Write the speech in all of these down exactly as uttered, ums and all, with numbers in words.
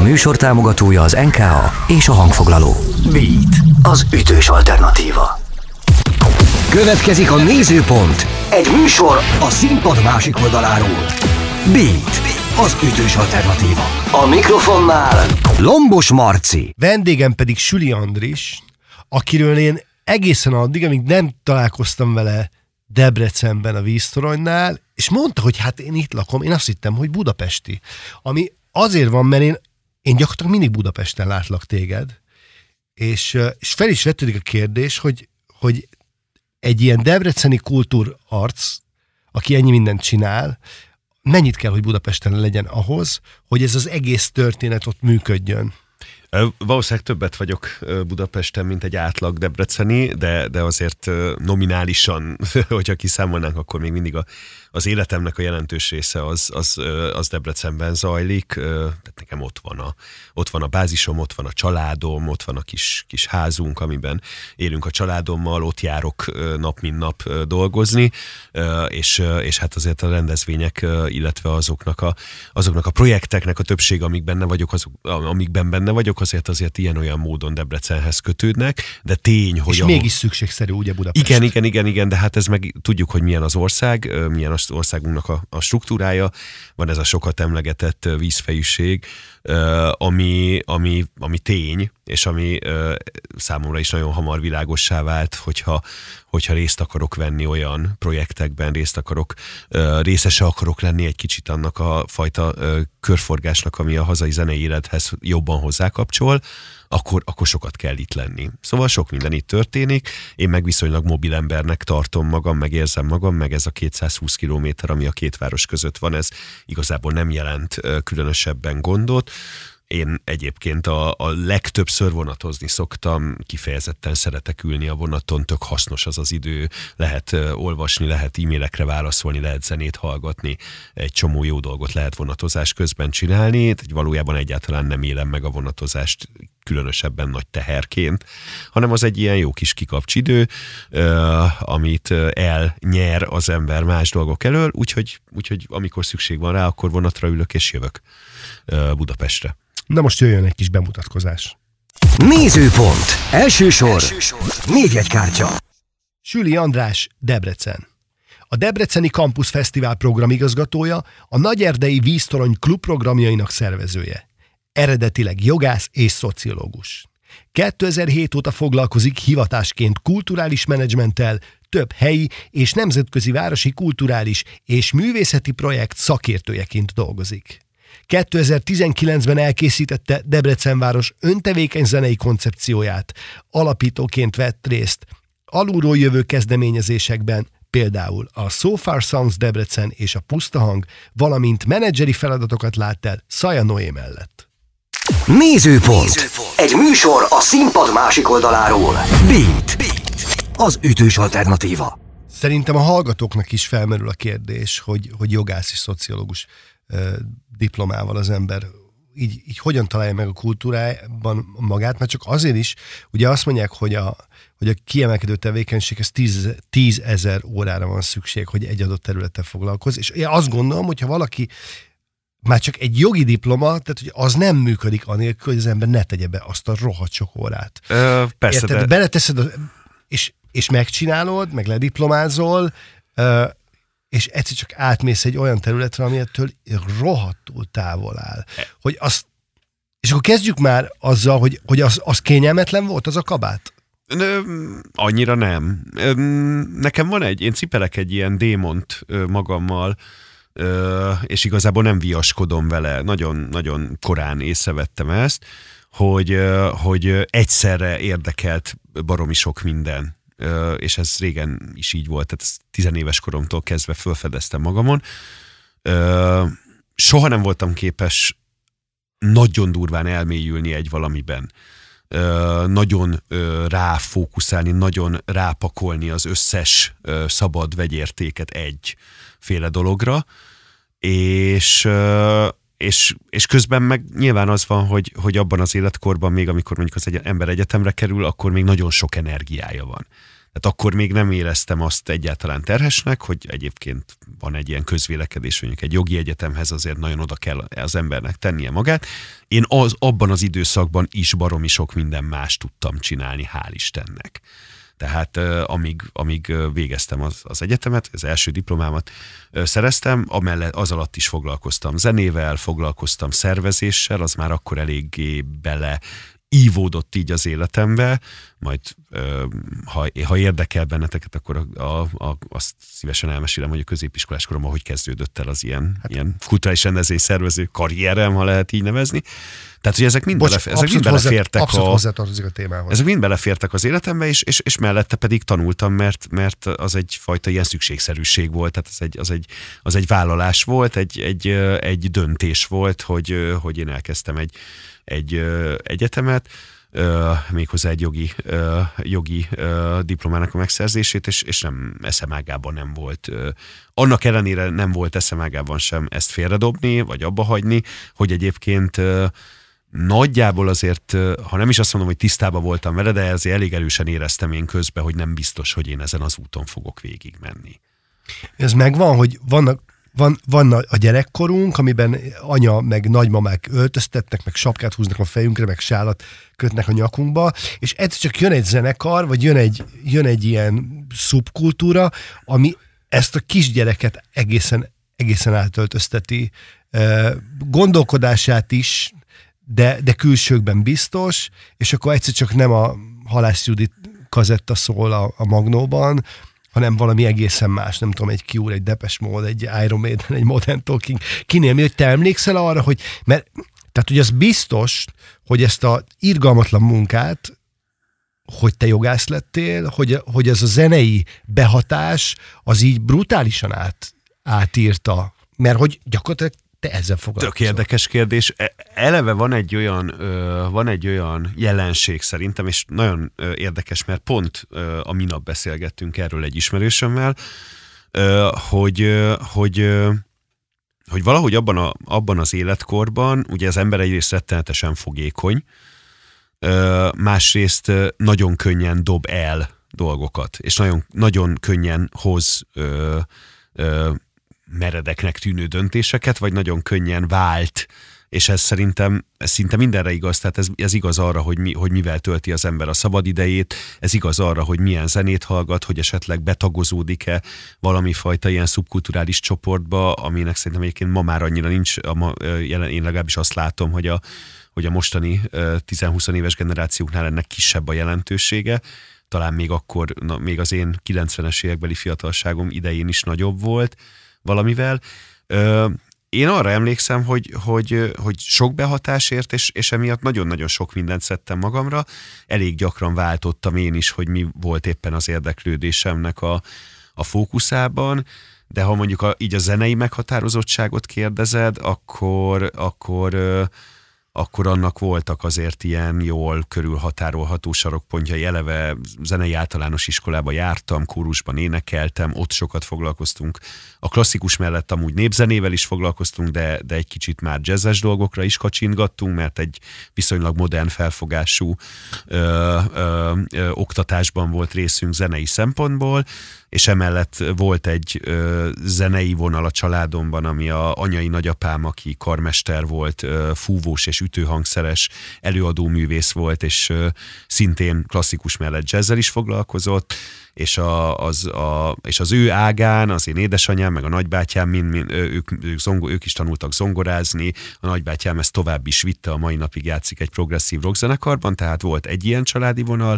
műsor támogatója az en ká á és a hangfoglaló. Beat, az ütős alternatíva. Következik a Nézőpont, egy műsor a színpad másik oldaláról. Beat, az ütős alternatíva. A mikrofonnál Lombos Marci. Vendégem pedig Süli Andris, akiről én egészen addig, amíg nem találkoztam vele Debrecenben a víztoronynál, és mondta, hogy hát én itt lakom, én azt hittem, hogy budapesti. Ami azért van, mert én, én gyakorlatilag mindig Budapesten látlak téged, és, és fel is vetődik a kérdés, hogy, hogy egy ilyen debreceni kultúrarc, aki ennyi mindent csinál, mennyit kell, hogy Budapesten legyen ahhoz, hogy ez az egész történet ott működjön? Valószínűleg többet vagyok Budapesten, mint egy átlag debreceni, de, de azért nominálisan, hogyha kiszámolnánk, akkor még mindig a, az életemnek a jelentős része az, az, az Debrecenben zajlik. Tehát nekem ott van, a, ott van a bázisom, ott van a családom, ott van a kis, kis házunk, amiben élünk a családommal, ott járok nap mint nap dolgozni, és, és hát azért a rendezvények, illetve azoknak a, azoknak a projekteknek a többség, amik benne vagyok, azok, amikben benne vagyok, azért azért ilyen-olyan módon Debrecenhez kötődnek, de tény, hogy... És ahol... mégis szükségszerű ugye Budapest. Igen, igen, igen, igen, de hát ez meg tudjuk, hogy milyen az ország, milyen az országunknak a, a struktúrája, van ez a sokat emlegetett vízfejűség, ami, ami, ami tény, és ami számomra is nagyon hamar világossá vált, hogyha, hogyha részt akarok venni olyan projektekben, részt akarok, részese akarok lenni egy kicsit annak a fajta körforgásnak, ami a hazai zenei élethez jobban hozzákapcsol, akkor, akkor sokat kell itt lenni. Szóval sok minden itt történik, én meg viszonylag mobil embernek tartom magam, meg érzem magam, meg ez a kétszázhúsz kilométer, ami a két város között van, ez igazából nem jelent különösebben gondot. Én egyébként a, a legtöbbször vonatozni szoktam, kifejezetten szeretek ülni a vonaton, tök hasznos az az idő, lehet uh, olvasni, lehet e-mailekre válaszolni, lehet zenét hallgatni, egy csomó jó dolgot lehet vonatozás közben csinálni, tehát valójában egyáltalán nem élem meg a vonatozást különösebben nagy teherként, hanem az egy ilyen jó kis kikapcsidő, uh, amit elnyer az ember más dolgok elől, úgyhogy, úgyhogy amikor szükség van rá, akkor vonatra ülök és jövök uh, Budapestre. Na most jöjjön egy kis bemutatkozás. Nézőpont. Első sor. Névjegykártya. Süli András, Debrecen. A Debreceni Campus Fesztivál programigazgatója, a Nagyerdei Víztorony klub programjainak szervezője. Eredetileg jogász és szociológus. kétezer-hét óta foglalkozik hivatásként kulturális menedzsmenttel, több helyi és nemzetközi városi kulturális és művészeti projekt szakértőjeként dolgozik. kétezer-tizenkilencben elkészítette Debrecenváros öntevékeny zenei koncepcióját, alapítóként vett részt alulról jövő kezdeményezésekben, például a So Far Sounds Debrecen és a Puszta Hang, valamint menedzseri feladatokat lát el Szaja Noé mellett. Nézőpont. Nézőpont. Egy műsor a színpad másik oldaláról. Beat. Beat. Az ütős alternatíva. Szerintem a hallgatóknak is felmerül a kérdés, hogy, hogy jogász és szociológus diplomával az ember így, így hogyan találja meg a kultúrában magát, mert csak azért is, ugye azt mondják, hogy a, hogy a kiemelkedő tevékenységhez tízezer órára van szükség, hogy egy adott területtel foglalkoz, és én azt gondolom, hogyha valaki már csak egy jogi diploma, tehát hogy az nem működik anélkül, hogy az ember ne tegye be azt a rohadt sok órát. Ö, persze, érted? de... Beleteszed, a, és, és megcsinálod, meg lediplomázol, ö, és egyszer csak átmész egy olyan területre, ami ettől rohadtul távol áll. Hogy azt, és akkor kezdjük már azzal, hogy, hogy az, az kényelmetlen volt, az a kabát? Ö, annyira nem. Ö, nekem van egy, én cipelek egy ilyen démont magammal, ö, és igazából nem viaskodom vele. Nagyon-nagyon korán észrevettem ezt, hogy, hogy egyszerre érdekelt baromi sok minden. És ez régen is így volt, tehát tizenéves koromtól kezdve felfedeztem magamon. Soha nem voltam képes nagyon durván elmélyülni egy valamiben. Nagyon ráfókuszálni, nagyon rápakolni az összes szabad vegyértéket egyféle dologra, és... És, és közben meg nyilván az van, hogy, hogy abban az életkorban még, amikor mondjuk az egy, ember egyetemre kerül, akkor még nagyon sok energiája van. Hát akkor még nem éreztem azt egyáltalán terhesnek, hogy egyébként van egy ilyen közvélekedés, mondjuk egy jogi egyetemhez azért nagyon oda kell az embernek tennie magát. Én az, abban az időszakban is baromi sok minden más tudtam csinálni, hál' Istennek. Tehát amíg, amíg végeztem az, az egyetemet, az első diplomámat szereztem, amellett az alatt is foglalkoztam zenével, foglalkoztam szervezéssel, az már akkor eléggé bele ívódott így az életembe, majd ha, ha érdekel benneteket, akkor a, a, a, azt szívesen elmesélem, hogy a középiskolás koromban hogy kezdődött el az ilyen, hát, ilyen kulturális rendezvény szervező karrierem, ha lehet így nevezni. Tehát, hogy ezek mind, Bocs, belef- ezek mind belefértek abszolút a, hozzátartozik a témához. Ezek mind belefértek az életembe, és, és, és mellette pedig tanultam, mert, mert az egyfajta ilyen szükségszerűség volt, tehát az egy, az egy, az egy vállalás volt, egy, egy, egy döntés volt, hogy, hogy én elkezdtem egy, egy egyetemet, méghozzá egy jogi, jogi diplomának a megszerzését, és, és nem eszemágában nem volt. Annak ellenére nem volt eszemágában sem ezt félredobni, vagy abba hagyni, hogy egyébként nagyjából azért, ha nem is azt mondom, hogy tisztában voltam vele, de azért elég erősen éreztem én közben, hogy nem biztos, hogy én ezen az úton fogok végigmenni. Ez megvan, hogy vannak Van, van a gyerekkorunk, amiben anya meg nagymamák öltöztetnek, meg sapkát húznak a fejünkre, meg sálat kötnek a nyakunkba, és egyszer csak jön egy zenekar, vagy jön egy, jön egy ilyen szubkultúra, ami ezt a kisgyereket egészen, egészen átöltözteti. Gondolkodását is, de, de külsőkben biztos, és akkor egyszer csak nem a Halász Judit kazetta szól a, a Magnóban, hanem valami egészen más, nem tudom, egy Cure, egy Depeche Mode, egy Iron Maiden, egy Modern Talking. Kinél mi, hogy te emlékszel arra, hogy, mert, tehát, hogy az biztos, hogy ezt a irgalmatlan munkát, hogy te jogász lettél, hogy, hogy ez a zenei behatás, az így brutálisan át, átírta, mert hogy gyakorlatilag te ezzel foglalkozol. Tök érdekes kérdés. Eleve van egy olyan, van egy olyan jelenség szerintem, és nagyon érdekes, mert pont a minap beszélgettünk erről egy ismerősömmel, hogy, hogy, hogy valahogy abban, a, abban az életkorban, ugye az ember egyrészt rettenetesen fogékony, másrészt nagyon könnyen dob el dolgokat, és nagyon, nagyon könnyen hoz ö, ö, meredeknek tűnő döntéseket, vagy nagyon könnyen vált, és ez szerintem ez szinte mindenre igaz, tehát ez, ez igaz arra, hogy, mi, hogy mivel tölti az ember a szabadidejét, ez igaz arra, hogy milyen zenét hallgat, hogy esetleg betagozódik-e valami fajta ilyen szubkulturális csoportba, aminek szerintem egyébként ma már annyira nincs, a ma, jelen, én legalábbis azt látom, hogy a, hogy a mostani tíz-húsz éves generációknál ennek kisebb a jelentősége, talán még akkor, na, még az én kilencvenes évekbeli fiatalságom idején is nagyobb volt valamivel. Ö, én arra emlékszem, hogy, hogy, hogy sok behatásért, és, és emiatt nagyon-nagyon sok mindent szedtem magamra. Elég gyakran váltottam én is, hogy mi volt éppen az érdeklődésemnek a, a fókuszában, de ha mondjuk a, így a zenei meghatározottságot kérdezed, akkor, akkor akkor annak voltak azért ilyen jól körülhatárolható sarokpontjai. Eleve zenei általános iskolába jártam, kórusban énekeltem, ott sokat foglalkoztunk. A klasszikus mellett amúgy népzenével is foglalkoztunk, de, de egy kicsit már jazzes dolgokra is kacsingattunk, mert egy viszonylag modern felfogású ö, ö, ö, oktatásban volt részünk zenei szempontból, és emellett volt egy ö, zenei vonal a családomban, ami a anyai nagyapám, aki karmester volt, ö, fúvós és ütőhangszeres előadóművész volt, és ö, szintén klasszikus mellett jazzzel is foglalkozott, és, a, az, a, és az ő ágán az én édesanyám, meg a nagybátyám, mind, mind, ők, ők, zongor, ők is tanultak zongorázni, a nagybátyám ezt tovább is vitte, a mai napig játszik egy progresszív rockzenekarban, tehát volt egy ilyen családi vonal.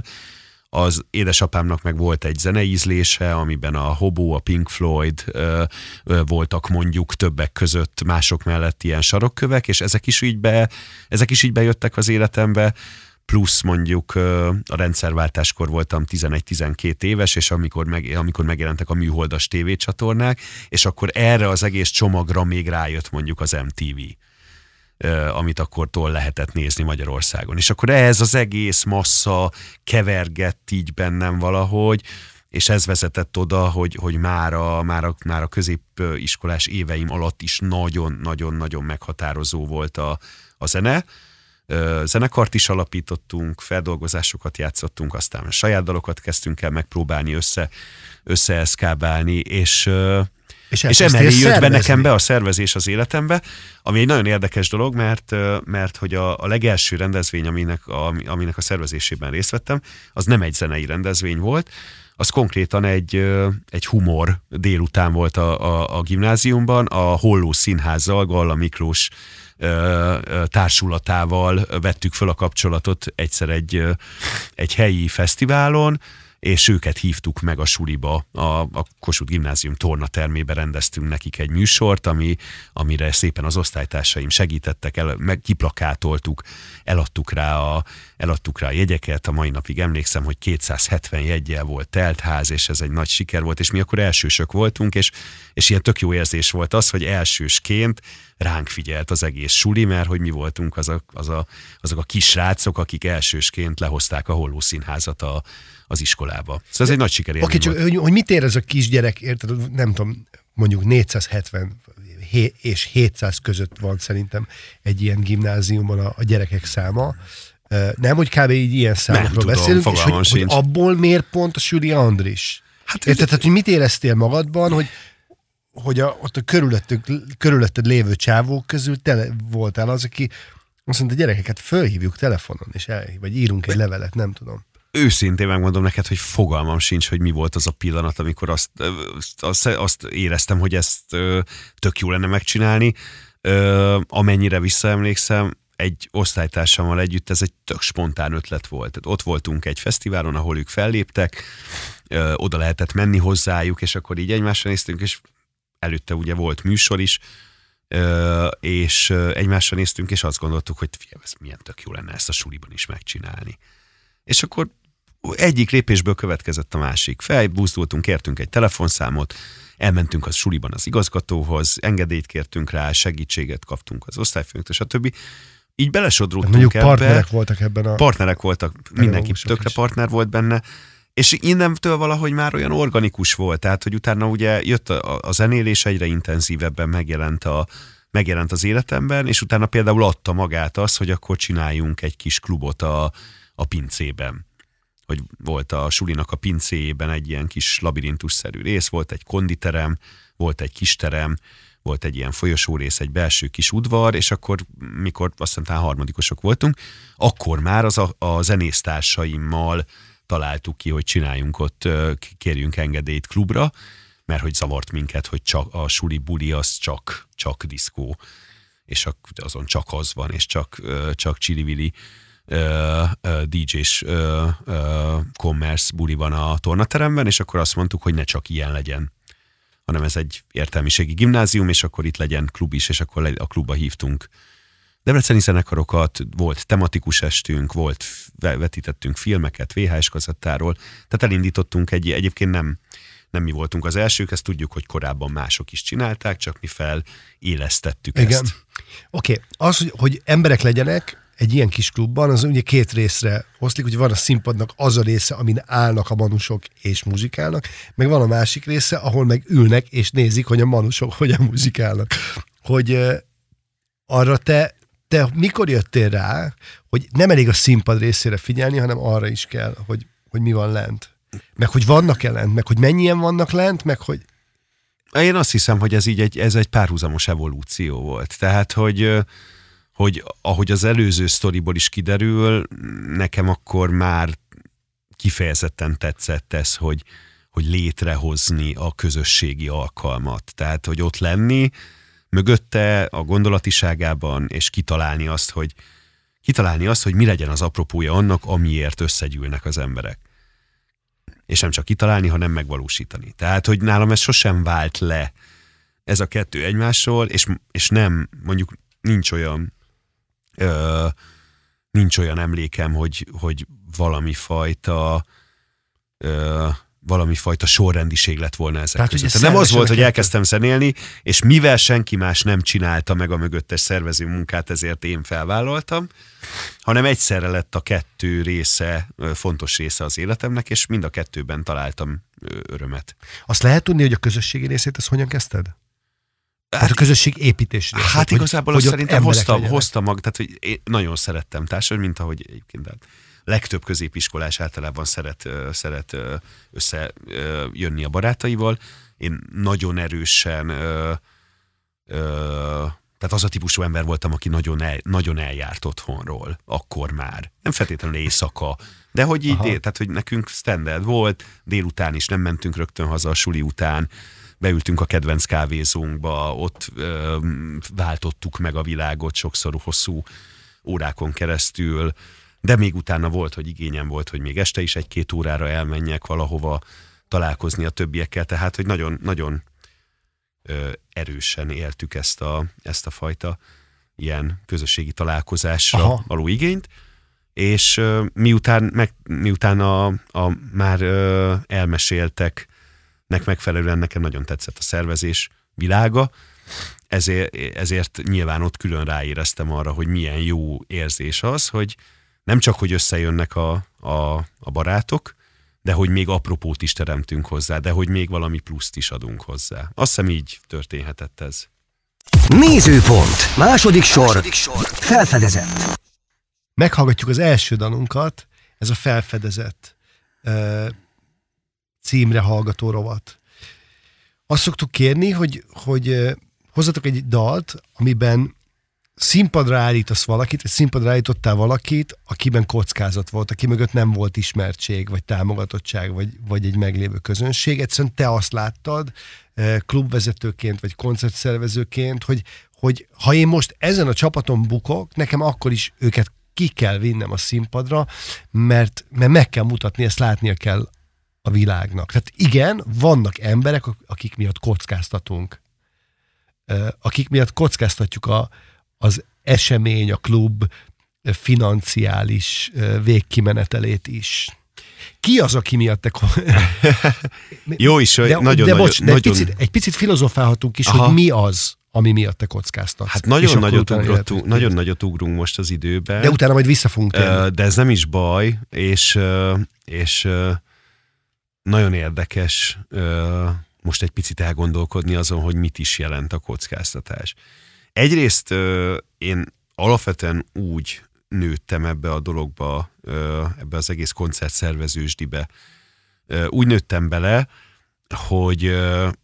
Az édesapámnak meg volt egy zenei ízlése, amiben a Hobo, a Pink Floyd ö, ö, voltak mondjuk többek között, mások mellett ilyen sarokkövek, és ezek is így, be, ezek is így bejöttek az életembe, plusz mondjuk ö, a rendszerváltáskor voltam tizenegy-tizenkét éves, és amikor, meg, amikor megjelentek a műholdas tévécsatornák, és akkor erre az egész csomagra még rájött mondjuk az em té vé. Amit akkortól lehetett nézni Magyarországon. És akkor ez az egész massza kevergett így bennem valahogy, és ez vezetett oda, hogy, hogy már, a, már, a, már a középiskolás éveim alatt is nagyon-nagyon-nagyon meghatározó volt a, a zene. zenekart is alapítottunk, feldolgozásokat játszottunk, aztán a saját dalokat kezdtünk el megpróbálni össze, összeeszkábálni, és, és, és emellé jött be nekem be a szervezés az életembe, ami egy nagyon érdekes dolog, mert, mert hogy a, a legelső rendezvény, aminek a, aminek a szervezésében részt vettem, az nem egy zenei rendezvény volt, az konkrétan egy, egy humor délután volt a, a, a gimnáziumban, a Holló Színházzal, Galla Miklós társulatával vettük föl a kapcsolatot egyszer egy, egy helyi fesztiválon, és őket hívtuk meg a suliba, a, a Kossuth Gimnázium tornatermébe rendeztünk nekik egy műsort, ami, amire szépen az osztálytársaim segítettek, el, meg kiplakátoltuk, eladtuk rá, a, eladtuk rá a jegyeket, a mai napig emlékszem, hogy kétszázhetven jeggyel volt teltház, és ez egy nagy siker volt, és mi akkor elsősök voltunk, és, és ilyen tök jó érzés volt az, hogy elsősként ránk figyelt az egész suli, mert hogy mi voltunk az a, az a, azok a kis srácok, akik elsősként lehozták a Holló Színházat a, az iskolába. Szóval ez egy nagy siker élmény volt. Oké, hogy mit érez a kisgyerek, érted, nem tudom, mondjuk négyszázhetven és hétszáz között van szerintem egy ilyen gimnáziumban a, a gyerekek száma. Nem, hogy kb. Így ilyen számokról beszélünk, és hogy, hogy abból miért pont a Süli Andris? Hát, érted, tehát, hogy mit éreztél magadban, hogy hogy a, ott a körülöttük, körülötted lévő csávók közül te voltál az, aki azt mondta, gyerekeket fölhívjuk telefonon, és elhív, vagy írunk egy levelet, nem tudom. Őszintén megmondom neked, hogy fogalmam sincs, hogy mi volt az a pillanat, amikor azt, azt, azt éreztem, hogy ezt tök jó lenne megcsinálni. Amennyire visszaemlékszem, egy osztálytársammal együtt ez egy tök spontán ötlet volt. Ott voltunk egy fesztiválon, ahol ők felléptek, oda lehetett menni hozzájuk, és akkor így egymásra néztünk, és előtte ugye volt műsor is, és egymásra néztünk, és azt gondoltuk, hogy figyelj, ez milyen tök jó lenne ezt a suliban is megcsinálni. És akkor egyik lépésből következett a másik. Felbuzdultunk, kértünk egy telefonszámot, elmentünk a suliban az igazgatóhoz, engedélyt kértünk rá, segítséget kaptunk az osztályfőnöktől, stb. Így belesodródtunk ebbe. Partnerek voltak ebben a... Partnerek voltak, mindenki tökre is. Partner volt benne, és innentől valahogy már olyan organikus volt, tehát, hogy utána ugye jött a, a zenélés, egyre intenzívebben megjelent, a, megjelent az életemben, és utána például adta magát az, hogy akkor csináljunk egy kis klubot a, a pincében. Hogy volt a sulinak a pincéjében egy ilyen kis labirintusszerű rész, volt egy konditerem, volt egy kisterem, volt egy ilyen folyosórész, egy belső kis udvar, és akkor, mikor azt hiszem harmadikosok voltunk, akkor már az a, a zenésztársaimmal találtuk ki, hogy csináljunk ott, kérjünk engedélyt klubra, mert hogy zavart minket, hogy csak a suli buli az csak, csak diszkó, és azon csak az van, és csak, csak csili-vili dé dzsés commerce buli van a tornateremben, és akkor azt mondtuk, hogy ne csak ilyen legyen, hanem ez egy értelmiségi gimnázium, és akkor itt legyen klub is, és akkor a klubba hívtunk debreceni zenekarokat, volt tematikus estünk, volt, vetítettünk filmeket vé há es kazettáról, tehát elindítottunk egy, egyébként nem, nem mi voltunk az elsők, ezt tudjuk, hogy korábban mások is csinálták, csak mi felélesztettük ezt. Igen. Oké, okay. Az, hogy, hogy emberek legyenek egy ilyen kis klubban, az ugye két részre oszlik, hogy van a színpadnak az a része, amin állnak a manusok és muzsikálnak, meg van a másik része, ahol meg ülnek és nézik, hogy a manusok hogyan muzsikálnak. Hogy uh, arra te Te mikor jöttél rá, hogy nem elég a színpad részére figyelni, hanem arra is kell, hogy, hogy mi van lent? Meg hogy vannak-e lent? Meg hogy mennyien vannak lent? Meg hogy... Én azt hiszem, hogy ez így egy, ez egy párhuzamos evolúció volt. Tehát, hogy, hogy ahogy az előző sztoriból is kiderül, nekem akkor már kifejezetten tetszett ez, hogy, hogy létrehozni a közösségi alkalmat. Tehát, hogy ott lenni, mögötte a gondolatiságában, és kitalálni azt, hogy kitalálni azt, hogy mi legyen az apropója annak, amiért összegyűlnek az emberek. És nem csak kitalálni, hanem megvalósítani. Tehát, hogy nálam ez sosem vált le, ez a kettő egymásról, és, és nem, mondjuk nincs olyan ö, nincs olyan emlékem, hogy, hogy valami fajta ö, valami fajta sorrendiség lett volna ezek Tehát, között. Nem az volt, hogy elkezdtem zenélni, és mivel senki más nem csinálta meg a mögöttes szervező munkát, ezért én felvállaltam, hanem egyszerre lett a kettő része, fontos része az életemnek, és mind a kettőben találtam örömet. Azt lehet tudni, hogy a közösségi részét ezt hogyan kezdted? Tehát a közösség építésre. Hát tehát, igazából hogy, azt hogy szerintem hozta, legyenek. hozta mag, tehát hogy én nagyon szerettem társadalmat, mint ahogy egyébként hát legtöbb középiskolás általában szeret, szeret összejönni a barátaival. Én nagyon erősen, ö, ö, tehát az a típusú ember voltam, aki nagyon, el, nagyon eljárt otthonról, akkor már. Nem feltétlenül éjszaka, de hogy így, dél, tehát hogy nekünk standard volt, délután is nem mentünk rögtön haza a suli után, beültünk a kedvenc kávézónkba, ott ö, váltottuk meg a világot sokszor hosszú órákon keresztül, de még utána volt, hogy igényem volt, hogy még este is egy-két órára elmenjek valahova találkozni a többiekkel, tehát hogy nagyon, nagyon ö, erősen éltük ezt a, ezt a fajta ilyen közösségi találkozásra Aha. való igényt, és ö, miután, meg, miután a, a már ö, elmesélteknek megfelelően nekem nagyon tetszett a szervezés világa, ezért, ezért nyilván ott külön ráéreztem arra, hogy milyen jó érzés az, hogy nem csak, hogy összejönnek a, a, a barátok, de hogy még apropót is teremtünk hozzá, de hogy még valami pluszt is adunk hozzá. Azt hiszem így történhetett ez. Nézőpont. Második sor. Második sor. Felfedezett. Meghallgatjuk az első dalunkat, ez a Felfedezett uh, címre hallgató rovat. Azt szoktuk kérni, hogy, hogy uh, hozzatok egy dalt, amiben színpadra állítasz valakit, vagy színpadra állítottál valakit, akiben kockázat volt, aki mögött nem volt ismertség, vagy támogatottság, vagy, vagy egy meglévő közönség. Egyszerűen te azt láttad klubvezetőként, vagy koncertszervezőként, hogy, hogy ha én most ezen a csapaton bukok, nekem akkor is őket ki kell vinnem a színpadra, mert, mert meg kell mutatni, ezt látnia kell a világnak. Tehát igen, vannak emberek, akik miatt kockáztatunk. Akik miatt kockáztatjuk a az esemény, a klub financiális végkimenetelét is. Ki az, aki miatt te... Jó is, de, nagyon... De bocs, nagyon, de egy, picit, egy picit filozofálhatunk is, Aha. hogy mi az, ami miatt te kockáztatsz. Hát nagyon nagyot, ugrottunk, nagyon nagyot ugrunk most az időben. De utána majd vissza fogunk térni. De ez nem is baj, és, és nagyon érdekes most egy picit elgondolkodni azon, hogy mit is jelent a kockáztatás. Egyrészt én alapvetően úgy nőttem ebbe a dologba, ebbe az egész koncertszervezősdibe. Úgy nőttem bele, hogy,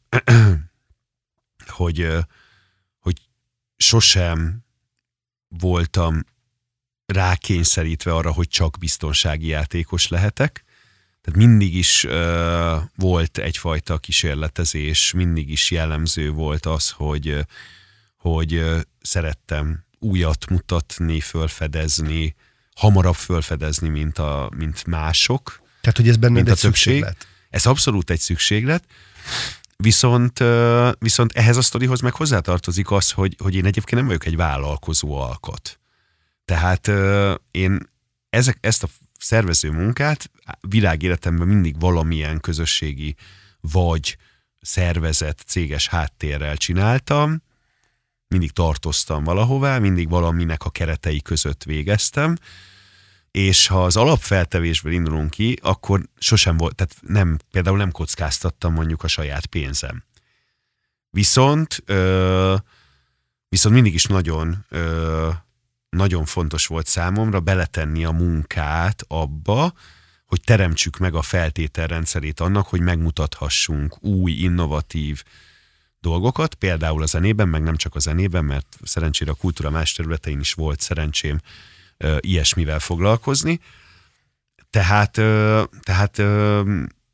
hogy, hogy sosem voltam rákényszerítve arra, hogy csak biztonsági játékos lehetek. Tehát mindig is volt egyfajta kísérletezés, mindig is jellemző volt az, hogy hogy szerettem újat mutatni, fölfedezni, hamarabb fölfedezni, mint, a, mint mások. Tehát, hogy ez benned egy szükséglet? Ez abszolút egy szükséglet, viszont, viszont ehhez a sztorihoz meg hozzátartozik az, hogy, hogy én egyébként nem vagyok egy vállalkozó alkat. Tehát én ezek, ezt a szervező munkát világéletemben mindig valamilyen közösségi vagy szervezett céges háttérrel csináltam, mindig tartoztam valahová, mindig valaminek a keretei között végeztem, és ha az alapfeltevésből indulunk ki, akkor sosem volt, tehát nem, például nem kockáztattam mondjuk a saját pénzem. Viszont, ö, viszont mindig is nagyon, ö, nagyon fontos volt számomra beletenni a munkát abba, hogy teremtsük meg a feltételrendszerét annak, hogy megmutathassunk új, innovatív dolgokat, például a zenében, meg nem csak a zenében, mert szerencsére a kultúra más területein is volt szerencsém ö, ilyesmivel foglalkozni. Tehát, ö, tehát ö,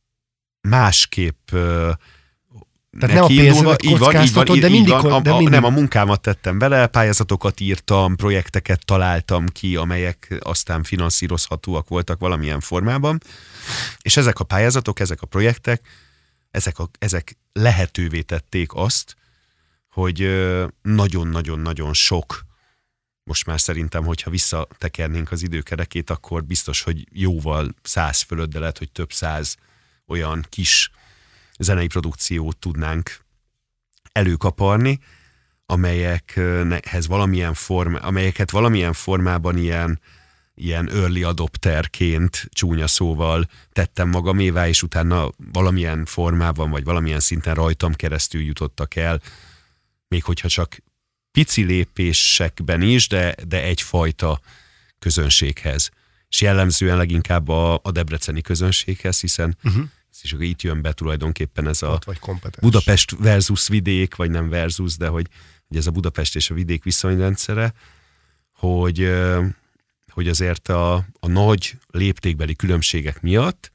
másképp ö, tehát nem a pénzemet kockáztatod, de mindig... Van, a, de a, mindig... Nem, a munkámat tettem bele, pályázatokat írtam, projekteket találtam ki, amelyek aztán finanszírozhatóak voltak valamilyen formában, és ezek a pályázatok, ezek a projektek, ezek, a, ezek lehetővé tették azt, hogy nagyon-nagyon-nagyon sok, most már szerintem, hogyha visszatekernénk az időkerekét, akkor biztos, hogy jóval száz fölött, de lehet, hogy több száz olyan kis zenei produkciót tudnánk előkaparni, amelyekhez valamilyen forma, amelyeket valamilyen formában ilyen, ilyen early adopterként, csúnya szóval tettem magamévá, és utána valamilyen formában, vagy valamilyen szinten rajtam keresztül jutottak el még hogyha csak pici lépésekben is, de, de egyfajta közönséghez. És jellemzően leginkább a, a debreceni közönséghez, hiszen uh-huh. és akkor itt jön be tulajdonképpen ez a Budapest versus vidék, vagy nem versus, de hogy, hogy ez a Budapest és a vidék viszonyrendszere, hogy, hogy azért a, a nagy léptékbeli különbségek miatt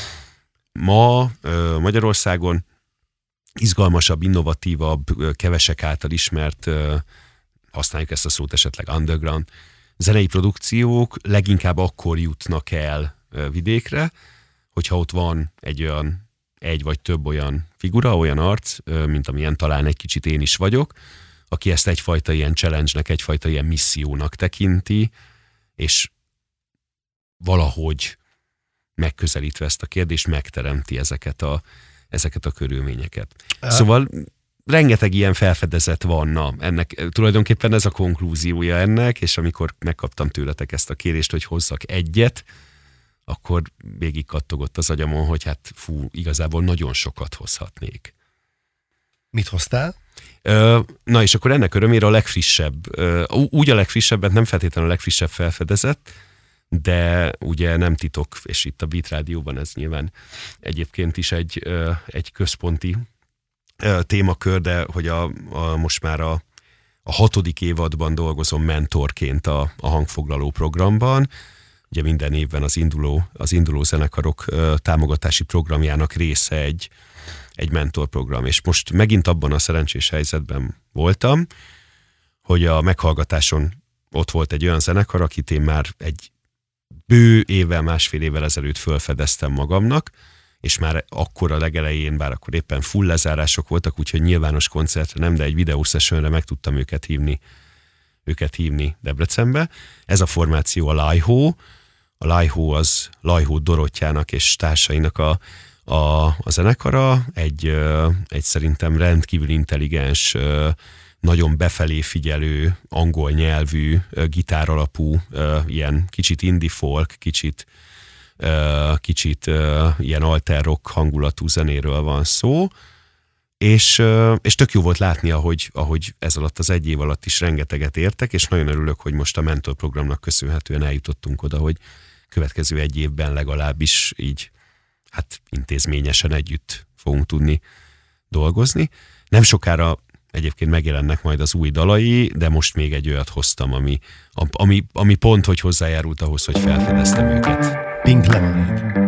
ma Magyarországon izgalmasabb, innovatívabb, kevesek által ismert, használjuk ezt a szót esetleg underground, zenei produkciók leginkább akkor jutnak el vidékre, hogyha ott van egy olyan, egy vagy több olyan figura, olyan arc, mint amilyen talán egy kicsit én is vagyok, aki ezt egyfajta ilyen challenge-nek, egyfajta ilyen missziónak tekinti, és valahogy megközelítve ezt a kérdést, megteremti ezeket a, ezeket a körülményeket. Uh. Szóval rengeteg ilyen felfedezet van, na, ennek tulajdonképpen ez a konklúziója ennek, és amikor megkaptam tőletek ezt a kérést, hogy hozzak egyet, akkor végig kattogott az agyamon, hogy hát fú, igazából nagyon sokat hozhatnék. Mit hoztál? Na és akkor ennek örömére a legfrissebb, úgy a legfrissebbet nem feltétlenül a legfrissebb felfedezett, de ugye nem titok, és itt a Beat Rádióban ez nyilván egyébként is egy, egy központi témakör, de hogy a, a, most már a, a hatodik évadban dolgozom mentorként a, a hangfoglaló programban. Ugye minden évben az induló, az induló zenekarok támogatási programjának része egy, egy mentorprogram. És most megint abban a szerencsés helyzetben voltam, hogy a meghallgatáson ott volt egy olyan zenekar, akit én már egy bő évvel, másfél évvel ezelőtt fölfedeztem magamnak, és már akkor a legelején, bár akkor éppen full lezárások voltak, úgyhogy nyilvános koncertre nem, de egy videósessionre meg tudtam őket hívni, őket hívni Debrecenbe. Ez a formáció a Lajhó. A Lajhó az Lajhó Dorottyának és társainak a, a, a zenekara. Egy, egy szerintem rendkívül intelligens, nagyon befelé figyelő, angol nyelvű, gitáralapú, ilyen kicsit indie folk, kicsit kicsit ilyen alter rock hangulatú zenéről van szó, és, és tök jó volt látni, ahogy, ahogy ez alatt az egy év alatt is rengeteget értek, és nagyon örülök, hogy most a mentor programnak köszönhetően eljutottunk oda, hogy következő egy évben legalábbis így hát intézményesen együtt fogunk tudni dolgozni. Nem sokára egyébként megjelennek majd az új dalai, de most még egy olyat hoztam, ami, ami, ami pont, hogy hozzájárult ahhoz, hogy felfedeztem őket. Pink Lemonade.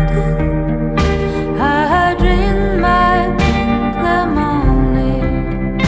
I drink my pink lemonade.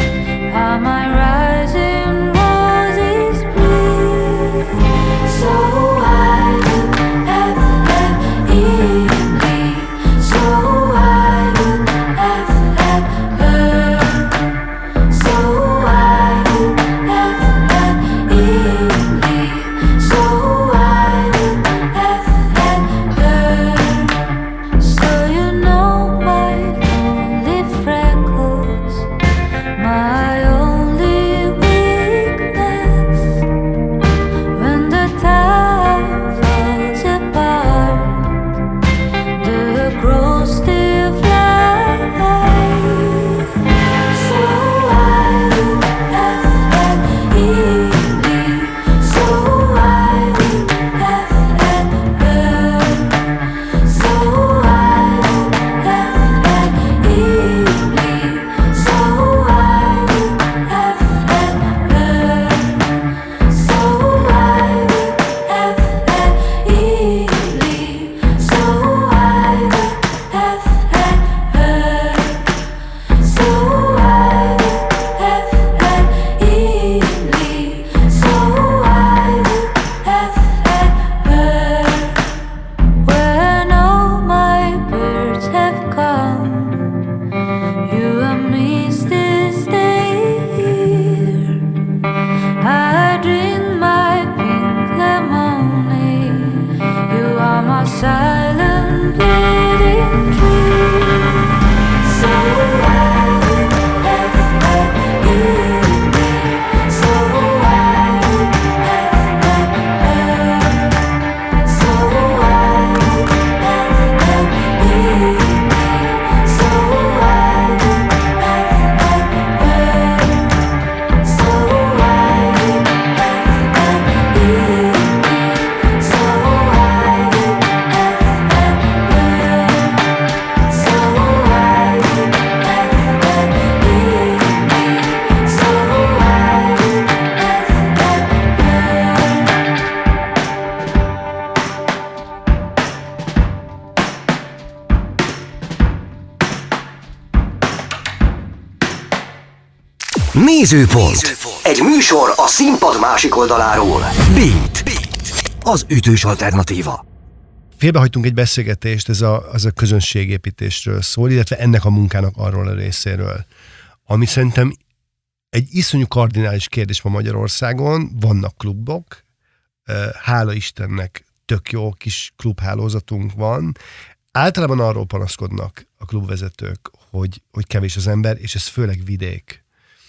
Nézőpont. Nézőpont. Egy műsor a színpad másik oldaláról. Beat. Beat. Az ütős alternatíva. Félbehagytunk egy beszélgetést, ez a, az a közönségépítésről szól, illetve ennek a munkának arról a részéről, ami szerintem egy iszonyú kardinális kérdés ma Magyarországon. Vannak klubok, hála Istennek tök jó kis klubhálózatunk van. Általában arról panaszkodnak a klubvezetők, hogy, hogy kevés az ember, és ez főleg vidék.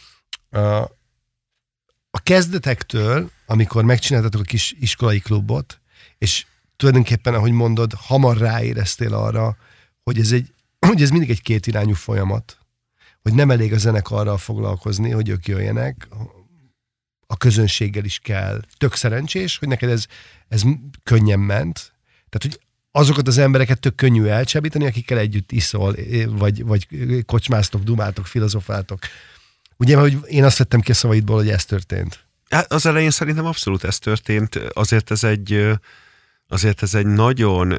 A kezdetektől, amikor megcsináltatok a kis iskolai klubot, és tulajdonképpen, ahogy mondod, hamar ráéreztél arra, hogy ez, egy, hogy ez mindig egy kétirányú folyamat, hogy nem elég a zenekarral foglalkozni, hogy ők jöjjenek, a közönséggel is kell. Tök szerencsés, hogy neked ez, ez könnyen ment. Tehát, hogy azokat az embereket tök könnyű elcsábítani, akikkel együtt iszol, vagy, vagy kocsmáztok, dumáltok, filozofáltok. Ugye, hogy én azt vettem ki a szavaidból, hogy ez történt. Hát az elején szerintem abszolút ez történt. Azért ez egy, azért ez egy nagyon...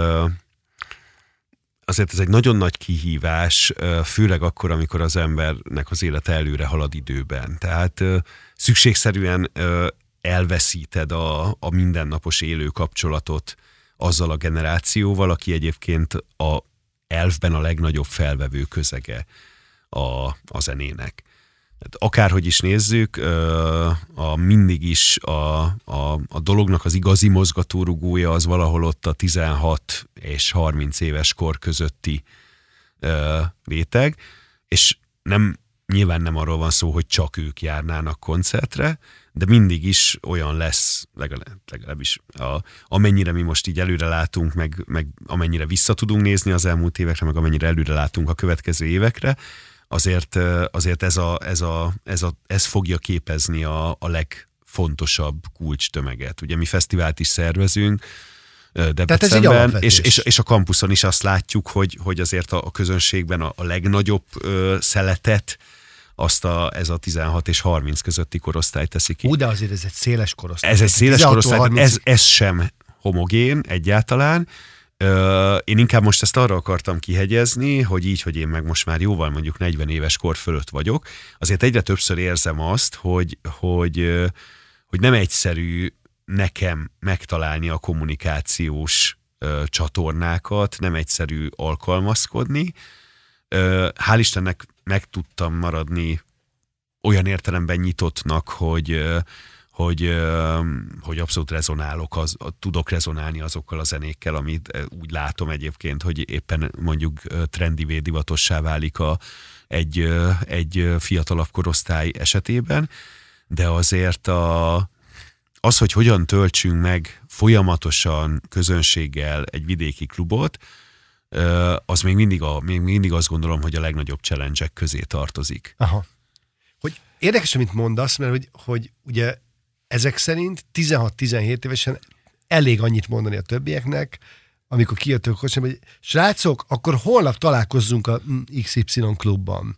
Azért ez egy nagyon nagy kihívás, főleg akkor, amikor az embernek az élete előre halad időben. Tehát szükségszerűen elveszíted a, a mindennapos élő kapcsolatot azzal a generációval, aki egyébként a elfben a legnagyobb felvevő közege a, a zenének. Akárhogy is nézzük, a mindig is a, a, a dolognak az igazi mozgatórugója az valahol ott a tizenhat és harminc éves kor közötti réteg, és nem, nyilván nem arról van szó, hogy csak ők járnának koncertre, de mindig is olyan lesz, legalább, legalábbis a, amennyire mi most így előre látunk, meg, meg amennyire vissza tudunk nézni az elmúlt évekre, meg amennyire előre látunk a következő évekre, azért, azért ez, a, ez, a, ez, a, ez fogja képezni a, a legfontosabb kulcstömeget. Ugye mi fesztivált is szervezünk Debrecenben, és, és, és a kampuszon is azt látjuk, hogy, hogy azért a, a közönségben a, a legnagyobb ö, szeletet azt a, ez a tizenhat és harminc közötti korosztály teszi ki. Ú, de azért ez egy széles korosztály. Ez egy széles korosztály, ez, ez sem homogén egyáltalán. Én inkább most ezt arra akartam kihegyezni, hogy így, hogy én meg most már jóval mondjuk negyven éves kor fölött vagyok, azért egyre többször érzem azt, hogy, hogy, hogy nem egyszerű nekem megtalálni a kommunikációs csatornákat, nem egyszerű alkalmazkodni. Hál' Istennek meg tudtam maradni olyan értelemben nyitottnak, hogy Hogy, hogy abszolút rezonálok, az, tudok rezonálni azokkal a zenékkel, amit úgy látom egyébként, hogy éppen mondjuk trendivé, divatossá válik a, egy, egy fiatalabb korosztály esetében, de azért a, az, hogy hogyan töltsünk meg folyamatosan közönséggel egy vidéki klubot, az még mindig, a, még mindig azt gondolom, hogy a legnagyobb challenge-ek közé tartozik. Aha. Hogy érdekes, amit mondasz, mert hogy, hogy ugye ezek szerint tizenhat-tizenhét évesen elég annyit mondani a többieknek, amikor kijöttök hogy hogy srácok, akkor holnap találkozzunk a iksz ipszilon klubban.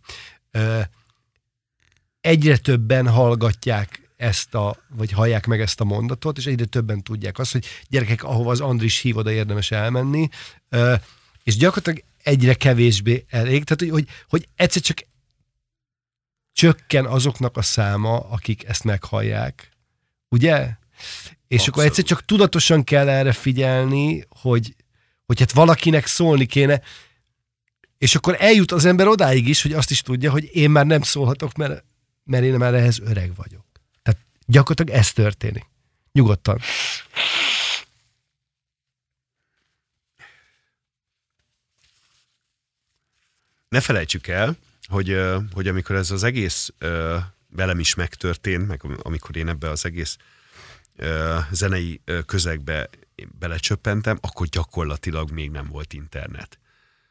Egyre többen hallgatják ezt a, vagy hallják meg ezt a mondatot, és egyre többen tudják azt, hogy gyerekek, ahova az Andris hív, oda érdemes elmenni, és gyakorlatilag egyre kevésbé elég. Tehát, hogy, hogy, hogy egyszer csak csökken azoknak a száma, akik ezt meghallják. Ugye? És Abszolút. Akkor egyszer csak tudatosan kell erre figyelni, hogy, hogy hát valakinek szólni kéne, és akkor eljut az ember odáig is, hogy azt is tudja, hogy én már nem szólhatok, mert, mert én már ehhez öreg vagyok. Tehát gyakorlatilag ez történik. Nyugodtan. Ne felejtsük el, hogy, hogy amikor ez az egész velem is megtörtént, meg amikor én ebbe az egész zenei közegbe belecsöppentem, akkor gyakorlatilag még nem volt internet.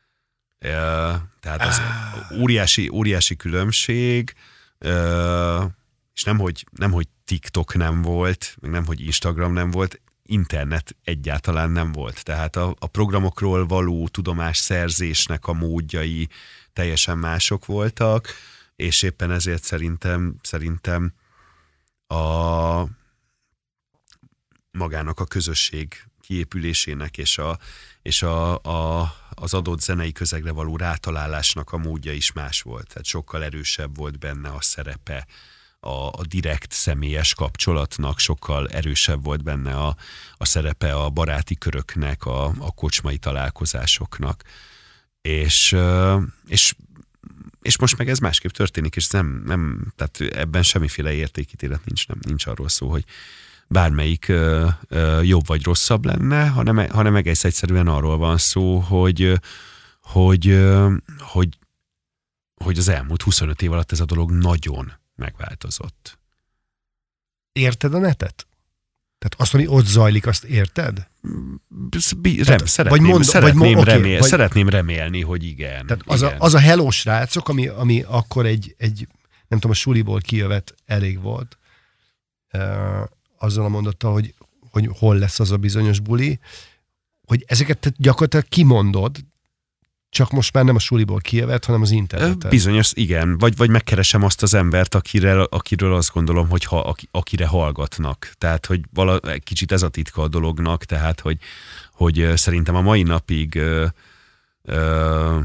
Tehát az óriási, óriási különbség, és nemhogy, nemhogy TikTok nem volt, meg nemhogy Instagram nem volt, internet egyáltalán nem volt. Tehát a, a programokról való tudomásszerzésnek a módjai teljesen mások voltak, és éppen ezért szerintem, szerintem a magának a közösség kiépülésének és, a, és a, a, az adott zenei közegre való rátalálásnak a módja is más volt. Tehát sokkal erősebb volt benne a szerepe a, a direkt személyes kapcsolatnak, sokkal erősebb volt benne a, a szerepe a baráti köröknek, a, a kocsmai találkozásoknak. És, és, és most meg ez másképp történik, és nem, nem, tehát ebben semmiféle értékítélet nincs, nem, nincs arról szó, hogy bármelyik ö, ö, jobb vagy rosszabb lenne, hanem, hanem egész egyszerűen arról van szó, hogy, hogy, ö, hogy, hogy az elmúlt huszonöt év alatt ez a dolog nagyon megváltozott. Érted a netet? Tehát azt, ami ott zajlik, azt érted? Rem, tehát, szeretném, vagy mond, szeretném, vagy mond, remél, okay, szeretném remélni, hogy igen. Tehát az, igen. A, az a hello srácok, ami, ami akkor egy, egy, nem tudom, a suliból kijövet elég volt, uh, azzal a mondattal, hogy, hogy hol lesz az a bizonyos buli, hogy ezeket gyakorlatilag kimondod, csak most már nem a suliból kijövet, hanem az interneten. Bizonyos, igen. Vagy, vagy megkeresem azt az embert, akiről, akiről azt gondolom, hogy ha, akire hallgatnak. Tehát, hogy vala, kicsit ez a titka a dolognak, tehát, hogy, hogy szerintem a mai napig ö, ö,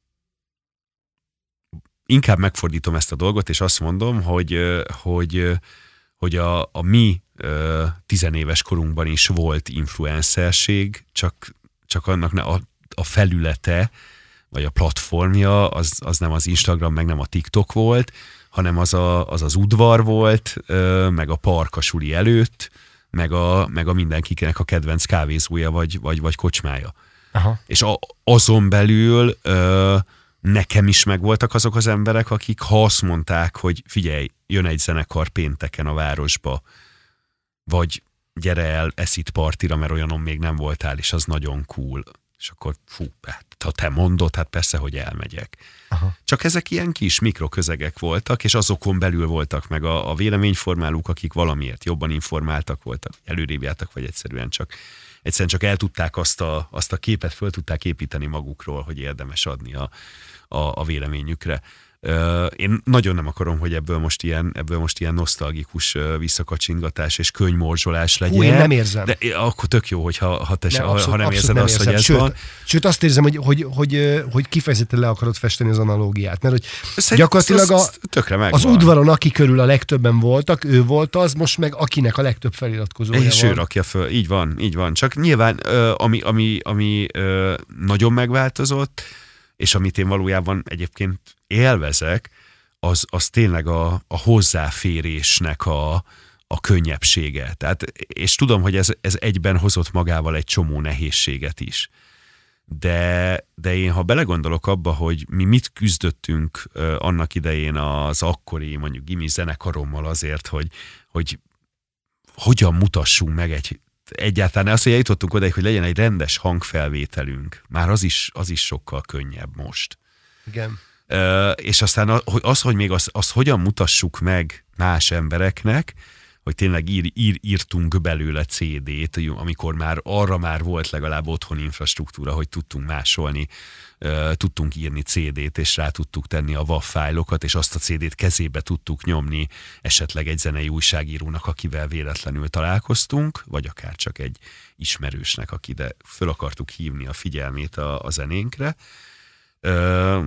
inkább megfordítom ezt a dolgot, és azt mondom, hogy, hogy, hogy a, a mi ö, tizenéves korunkban is volt influencerség, csak, csak annak a, a felülete, vagy a platformja, az, az nem az Instagram, meg nem a TikTok volt, hanem az a, az, az udvar volt, meg a park a suli előtt, meg a, meg a mindenkinek a kedvenc kávézója, vagy, vagy, vagy kocsmája. Aha. És a, azon belül ö, nekem is megvoltak azok az emberek, akik ha azt mondták, hogy figyelj, jön egy zenekar pénteken a városba, vagy gyere el eszit partira, mert olyanon még nem voltál, és az nagyon cool. És akkor fú, hát, ha te mondod, hát persze, hogy elmegyek. Aha. Csak ezek ilyen kis mikroközegek voltak, és azokon belül voltak meg a, a véleményformálók, akik valamiért jobban informáltak voltak, előrébb jártak, vagy egyszerűen csak, egyszerűen csak el tudták azt a, azt a képet, föl tudták építeni magukról, hogy érdemes adni a, a, a véleményükre. Én nagyon nem akarom, hogy ebből most ilyen, ebből most ilyen nosztalgikus visszakacsingatás és könyvmorzsolás legyen. Hú, én nem érzem. De akkor tök jó, hogyha, ha, te, nem, abszolút, ha nem érzed nem azt, érzem. hogy ez sőt, van. Sőt, azt érzem, hogy, hogy, hogy, hogy kifejezetten le akarod festeni az analógiát. Mert hogy Szerint, gyakorlatilag a, tökre az udvaron, aki körül a legtöbben voltak, ő volt az, most meg akinek a legtöbb feliratkozója és van. ő rakja föl. Így van, így van. Csak nyilván, ami, ami, ami nagyon megváltozott, és amit én valójában egyébként élvezek, az, az tényleg a, a hozzáférésnek a, a könnyebbsége. Tehát, és tudom, hogy ez, ez egyben hozott magával egy csomó nehézséget is. De, de én, ha belegondolok abba, hogy mi mit küzdöttünk uh, annak idején az akkori, mondjuk gimi zenekarommal azért, hogy, hogy hogyan mutassunk meg egy egyáltalán azt, hogy eljutottunk oda, hogy legyen egy rendes hangfelvételünk. Már az is, az is sokkal könnyebb most. Igen. Uh, és aztán az, hogy még azt, azt hogyan mutassuk meg más embereknek, hogy tényleg ír, ír, írtunk belőle cé dét, amikor már arra már volt legalább otthon infrastruktúra, hogy tudtunk másolni, uh, tudtunk írni cé dét, és rá tudtuk tenni a WAV fájlokat, és azt a cé dét kezébe tudtuk nyomni esetleg egy zenei újságírónak, akivel véletlenül találkoztunk, vagy akár csak egy ismerősnek, akire föl akartuk hívni a figyelmét a, a zenénkre. Uh,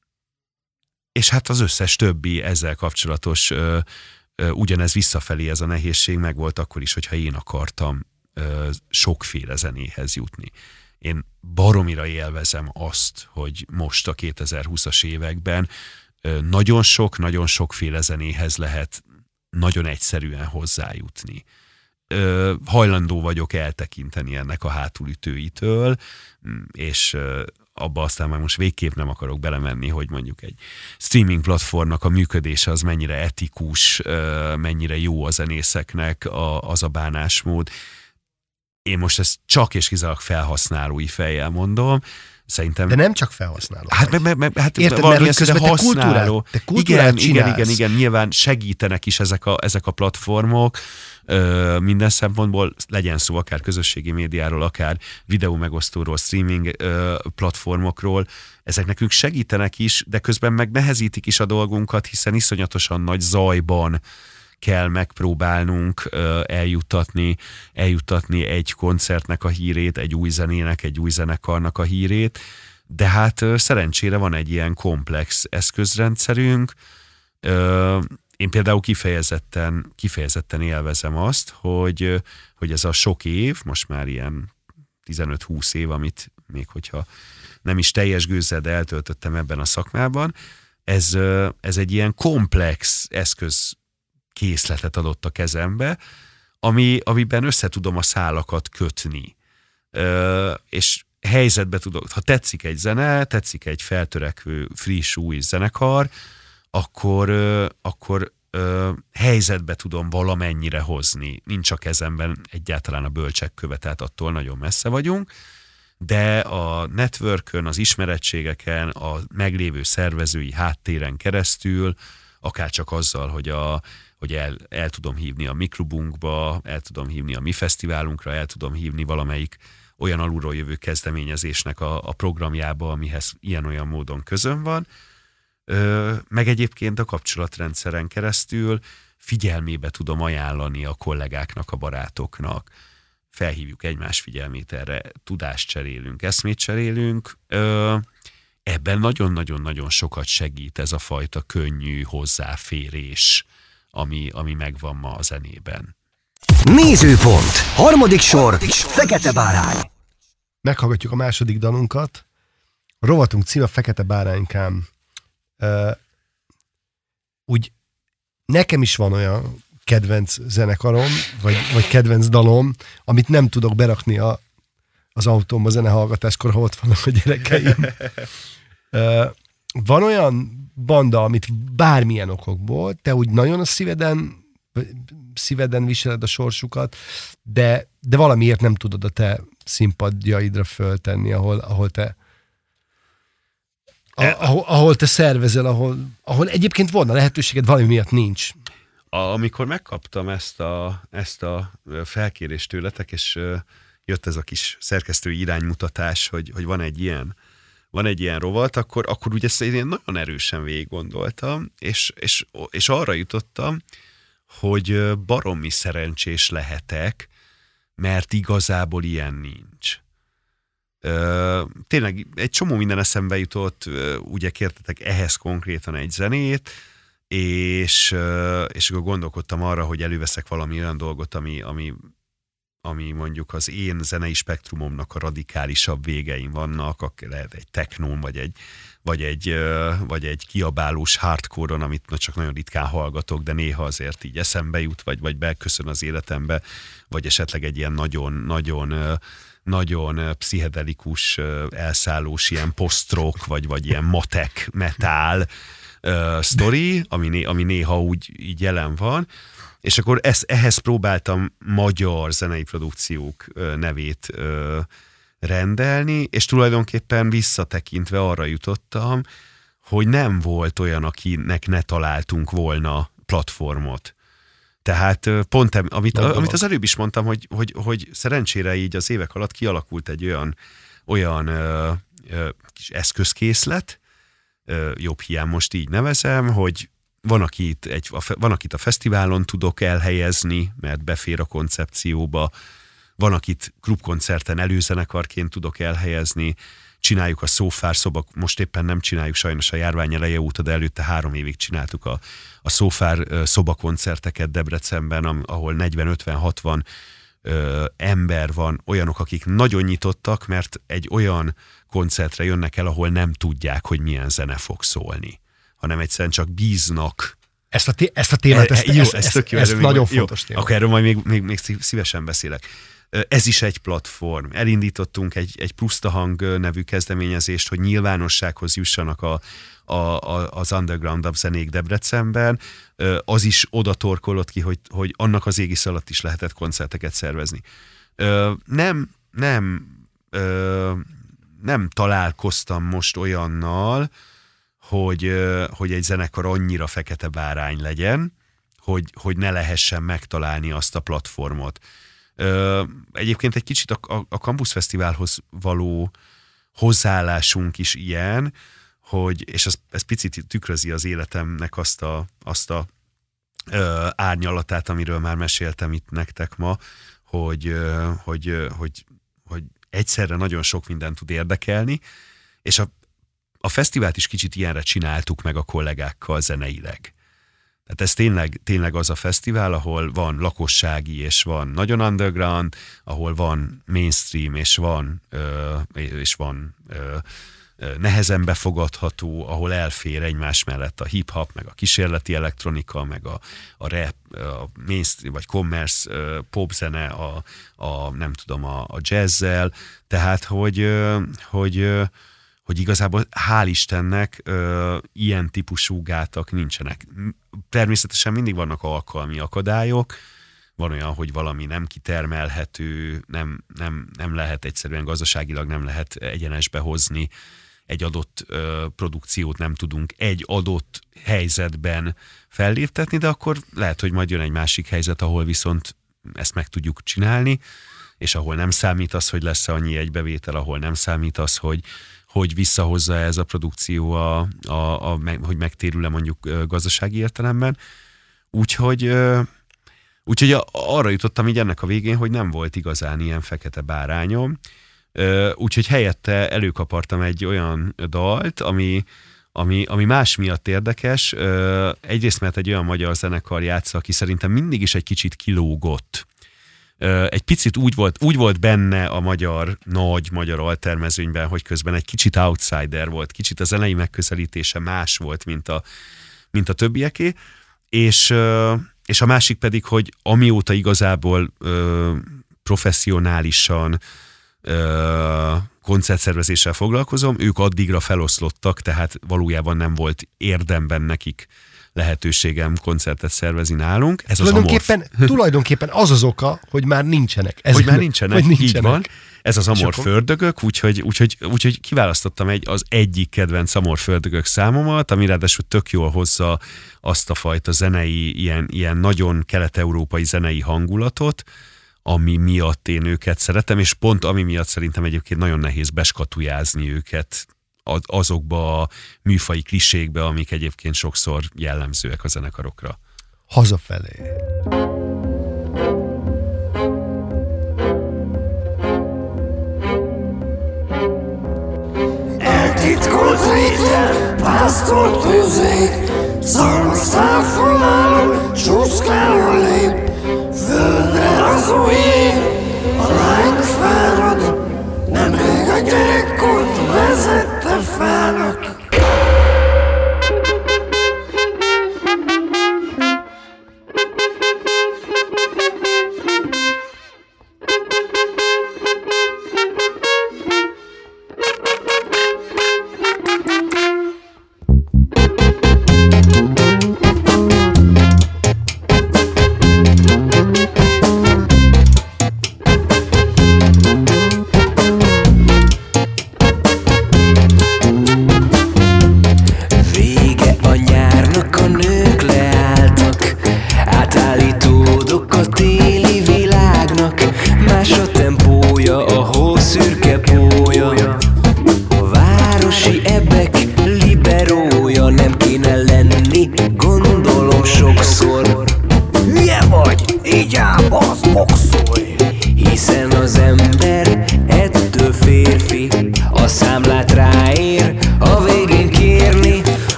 és hát az összes többi ezzel kapcsolatos uh, ugyanez visszafelé, ez a nehézség megvolt akkor is, hogyha én akartam ö, sokféle zenéhez jutni. Én baromira élvezem azt, hogy most a kétezer-húszas években ö, nagyon sok, nagyon sokféle zenéhez lehet nagyon egyszerűen hozzájutni. Ö, hajlandó vagyok eltekinteni ennek a hátulütőitől, és ö, abba aztán már most végképp nem akarok belemenni, hogy mondjuk egy streaming platformnak a működése az mennyire etikus, mennyire jó a zenészeknek a, az a bánásmód. Én most ezt csak és kizárólag felhasználói fejjel mondom. Szerintem... De nem csak felhasználó. Hát, me, me, me, hát érted, mert közben te kultúrát, te kultúrát igen, igen, igen, igen, nyilván segítenek is ezek a, ezek a platformok, ö, minden szempontból, legyen szó akár közösségi médiáról, akár videó megosztóról, streaming ö, platformokról, ezek nekünk segítenek is, de közben meg nehezítik is a dolgunkat, hiszen iszonyatosan nagy zajban kell megpróbálnunk eljuttatni, eljuttatni egy koncertnek a hírét, egy új zenének, egy új zenekarnak a hírét, de hát szerencsére van egy ilyen komplex eszközrendszerünk. Én például kifejezetten, kifejezetten élvezem azt, hogy, hogy ez a sok év, most már ilyen tizenöt-húsz év, amit még hogyha nem is teljes gőzzel, de eltöltöttem ebben a szakmában, ez, ez egy ilyen komplex eszközkészletet adott a kezembe, ami, amiben össze tudom a szálakat kötni. És helyzetbe tudok, ha tetszik egy zene, tetszik egy feltörekvő, friss, új zenekar, akkor, akkor ö, helyzetbe tudom valamennyire hozni. Nincs a kezemben egyáltalán a bölcsekköve, tehát attól nagyon messze vagyunk, de a networkön, az ismerettségeken, a meglévő szervezői háttéren keresztül, akár csak azzal, hogy, a, hogy el, el tudom hívni a Mikrobunkba, el tudom hívni a mi fesztiválunkra, el tudom hívni valamelyik olyan alulról jövő kezdeményezésnek a, a programjába, amihez ilyen-olyan módon közön van, Ö, meg egyébként a kapcsolatrendszeren keresztül figyelmébe tudom ajánlani a kollégáknak, a barátoknak. Felhívjuk egymás figyelmét erre, tudást cserélünk, eszmét cserélünk. Ö, ebben nagyon-nagyon-nagyon sokat segít ez a fajta könnyű hozzáférés, ami, ami megvan ma a zenében. Nézőpont. Harmadik sor. Fekete bárány. Meghallgatjuk a második dalunkat. A rovatunk címe Fekete báránykám. Uh, úgy nekem is van olyan kedvenc zenekarom, vagy, vagy kedvenc dalom, amit nem tudok berakni a, az autómba zenehallgatáskor, ha ott vannak a gyerekeim. Uh, van olyan banda, amit bármilyen okokból, te úgy nagyon a szíveden, szíveden viseled a sorsukat, de, de valamiért nem tudod a te színpadjaidra föltenni, ahol, ahol te Ahol, ahol te szervezel, ahol, ahol egyébként volna lehetőséged, valami miatt nincs. A, amikor megkaptam ezt a, ezt a felkérést tőletek, és jött ez a kis szerkesztői iránymutatás, hogy, hogy van egy ilyen, van egy ilyen rovat, akkor, akkor ugye ezt én nagyon erősen végig gondoltam, és, és, és arra jutottam, hogy baromi szerencsés lehetek, mert igazából ilyen nincs. Uh, tényleg egy csomó minden eszembe jutott, uh, ugye kértetek ehhez konkrétan egy zenét, és, uh, és akkor gondolkodtam arra, hogy előveszek valami olyan dolgot, ami, ami, ami mondjuk az én zenei spektrumomnak a radikálisabb végein vannak, akár lehet egy technón, vagy egy, vagy egy, uh, vagy egy kiabálós hardcore-on, amit csak nagyon ritkán hallgatok, de néha azért így eszembe jut, vagy, vagy beköszön az életembe, vagy esetleg egy ilyen nagyon-nagyon uh, nagyon pszichedelikus, elszállós ilyen post-rock, vagy, vagy ilyen matek, metal uh, sztori, ami, né, ami néha úgy így jelen van, és akkor ezt, ehhez próbáltam magyar zenei produkciók uh, nevét uh, rendelni, és tulajdonképpen visszatekintve arra jutottam, hogy nem volt olyan, akinek ne találtunk volna platformot. Tehát pont, amit, amit az előbb is mondtam, hogy, hogy, hogy szerencsére így az évek alatt kialakult egy olyan, olyan ö, ö, kis eszközkészlet, ö, jobb hiány most így nevezem, hogy van akit, egy, a, van, akit a fesztiválon tudok elhelyezni, mert befér a koncepcióba, van, akit klubkoncerten előzenekarként tudok elhelyezni, csináljuk a Szófár szoba, most éppen nem csináljuk sajnos a járvány eleje óta, de előtte három évig csináltuk a, a Szófár szobakoncerteket Debrecenben, ahol negyven-ötven-hatvan ö, ember van, olyanok, akik nagyon nyitottak, mert egy olyan koncertre jönnek el, ahol nem tudják, hogy milyen zene fog szólni, hanem egyszerűen csak bíznak. Ezt a, té- ezt a témát, ezt, jó, ezt, ezt, ezt, jó, ezt még, nagyon jó, fontos téma. Akkor erről majd még, még, még szívesen beszélek. Ez is egy platform. Elindítottunk egy, egy Prusztahang nevű kezdeményezést, hogy nyilvánossághoz jussanak a, a, a, az underground zenék Debrecenben. Az is oda torkolott ki, hogy, hogy annak az égisz alatt is lehetett koncerteket szervezni. Nem, nem, nem találkoztam most olyannal, hogy, hogy egy zenekar annyira fekete bárány legyen, hogy, hogy ne lehessen megtalálni azt a platformot. Ö, egyébként egy kicsit a, a, a Campus Fesztiválhoz való hozzáállásunk is ilyen, hogy, és ez, ez picit tükrözi az életemnek azt a, azt a ö, árnyalatát, amiről már meséltem itt nektek ma, hogy, ö, hogy, ö, hogy, hogy egyszerre nagyon sok minden tud érdekelni, és a, a fesztivált is kicsit ilyenre csináltuk meg a kollégákkal zeneileg. Tehát ez tényleg, tényleg az a fesztivál, ahol van lakossági, és van nagyon underground, ahol van mainstream, és van, ö, és van ö, nehezen befogadható, ahol elfér egymás mellett a hip-hop, meg a kísérleti elektronika, meg a, a rap, a mainstream, vagy commerce popzene, a, a nem tudom, a, a jazzzel. Tehát, hogy, hogy, hogy igazából hál' Istennek ilyen típusú gátak nincsenek. Természetesen mindig vannak alkalmi akadályok, van olyan, hogy valami nem kitermelhető, nem, nem, nem lehet egyszerűen gazdaságilag nem lehet egyenesbe hozni, egy adott ö, produkciót nem tudunk egy adott helyzetben felléptetni, de akkor lehet, hogy majd jön egy másik helyzet, ahol viszont ezt meg tudjuk csinálni, és ahol nem számít az, hogy lesz annyi egy bevétel, ahol nem számít az, hogy, hogy visszahozza ez a produkció, a, a, a, a, hogy megtérül-e mondjuk gazdasági értelemben. Úgyhogy... Ö, Úgyhogy arra jutottam így ennek a végén, hogy nem volt igazán ilyen fekete bárányom. Úgyhogy helyette előkapartam egy olyan dalt, ami, ami, ami más miatt érdekes. Egyrészt, mert egy olyan magyar zenekar játsza, aki szerintem mindig is egy kicsit kilógott. Egy picit úgy volt, úgy volt benne a magyar, nagy magyar altermezőnyben, hogy közben egy kicsit outsider volt, kicsit a zenei megközelítése más volt, mint a, mint a többieké. És... És a másik pedig, hogy amióta igazából ö, professzionálisan ö, koncertszervezéssel foglalkozom, ők addigra feloszlottak, tehát valójában nem volt érdemben nekik lehetőségem koncertet szervezni nálunk. Ez tulajdonképpen, az Amor... tulajdonképpen az az oka, hogy már nincsenek. Ez hogy már nincsenek, hogy nincsenek. Így van. Ez az Amor Fördögök, úgyhogy, úgyhogy, úgyhogy kiválasztottam egy, az egyik kedvenc Amor Fördögök számomat, ami ráadásul tök jól hozza azt a fajta zenei, ilyen, ilyen nagyon kelet-európai zenei hangulatot, ami miatt én őket szeretem, és pont ami miatt szerintem egyébként nagyon nehéz beskatujázni őket azokba a műfai klisékbe, amik egyébként sokszor jellemzőek a zenekarokra. Hazafelé. Eltitkolt réten, pásztor tűzék, szalmas számfonáló, csúszkáló lép, földre az új év, a lány fárad, nemrég a gyerekkort vezette fának.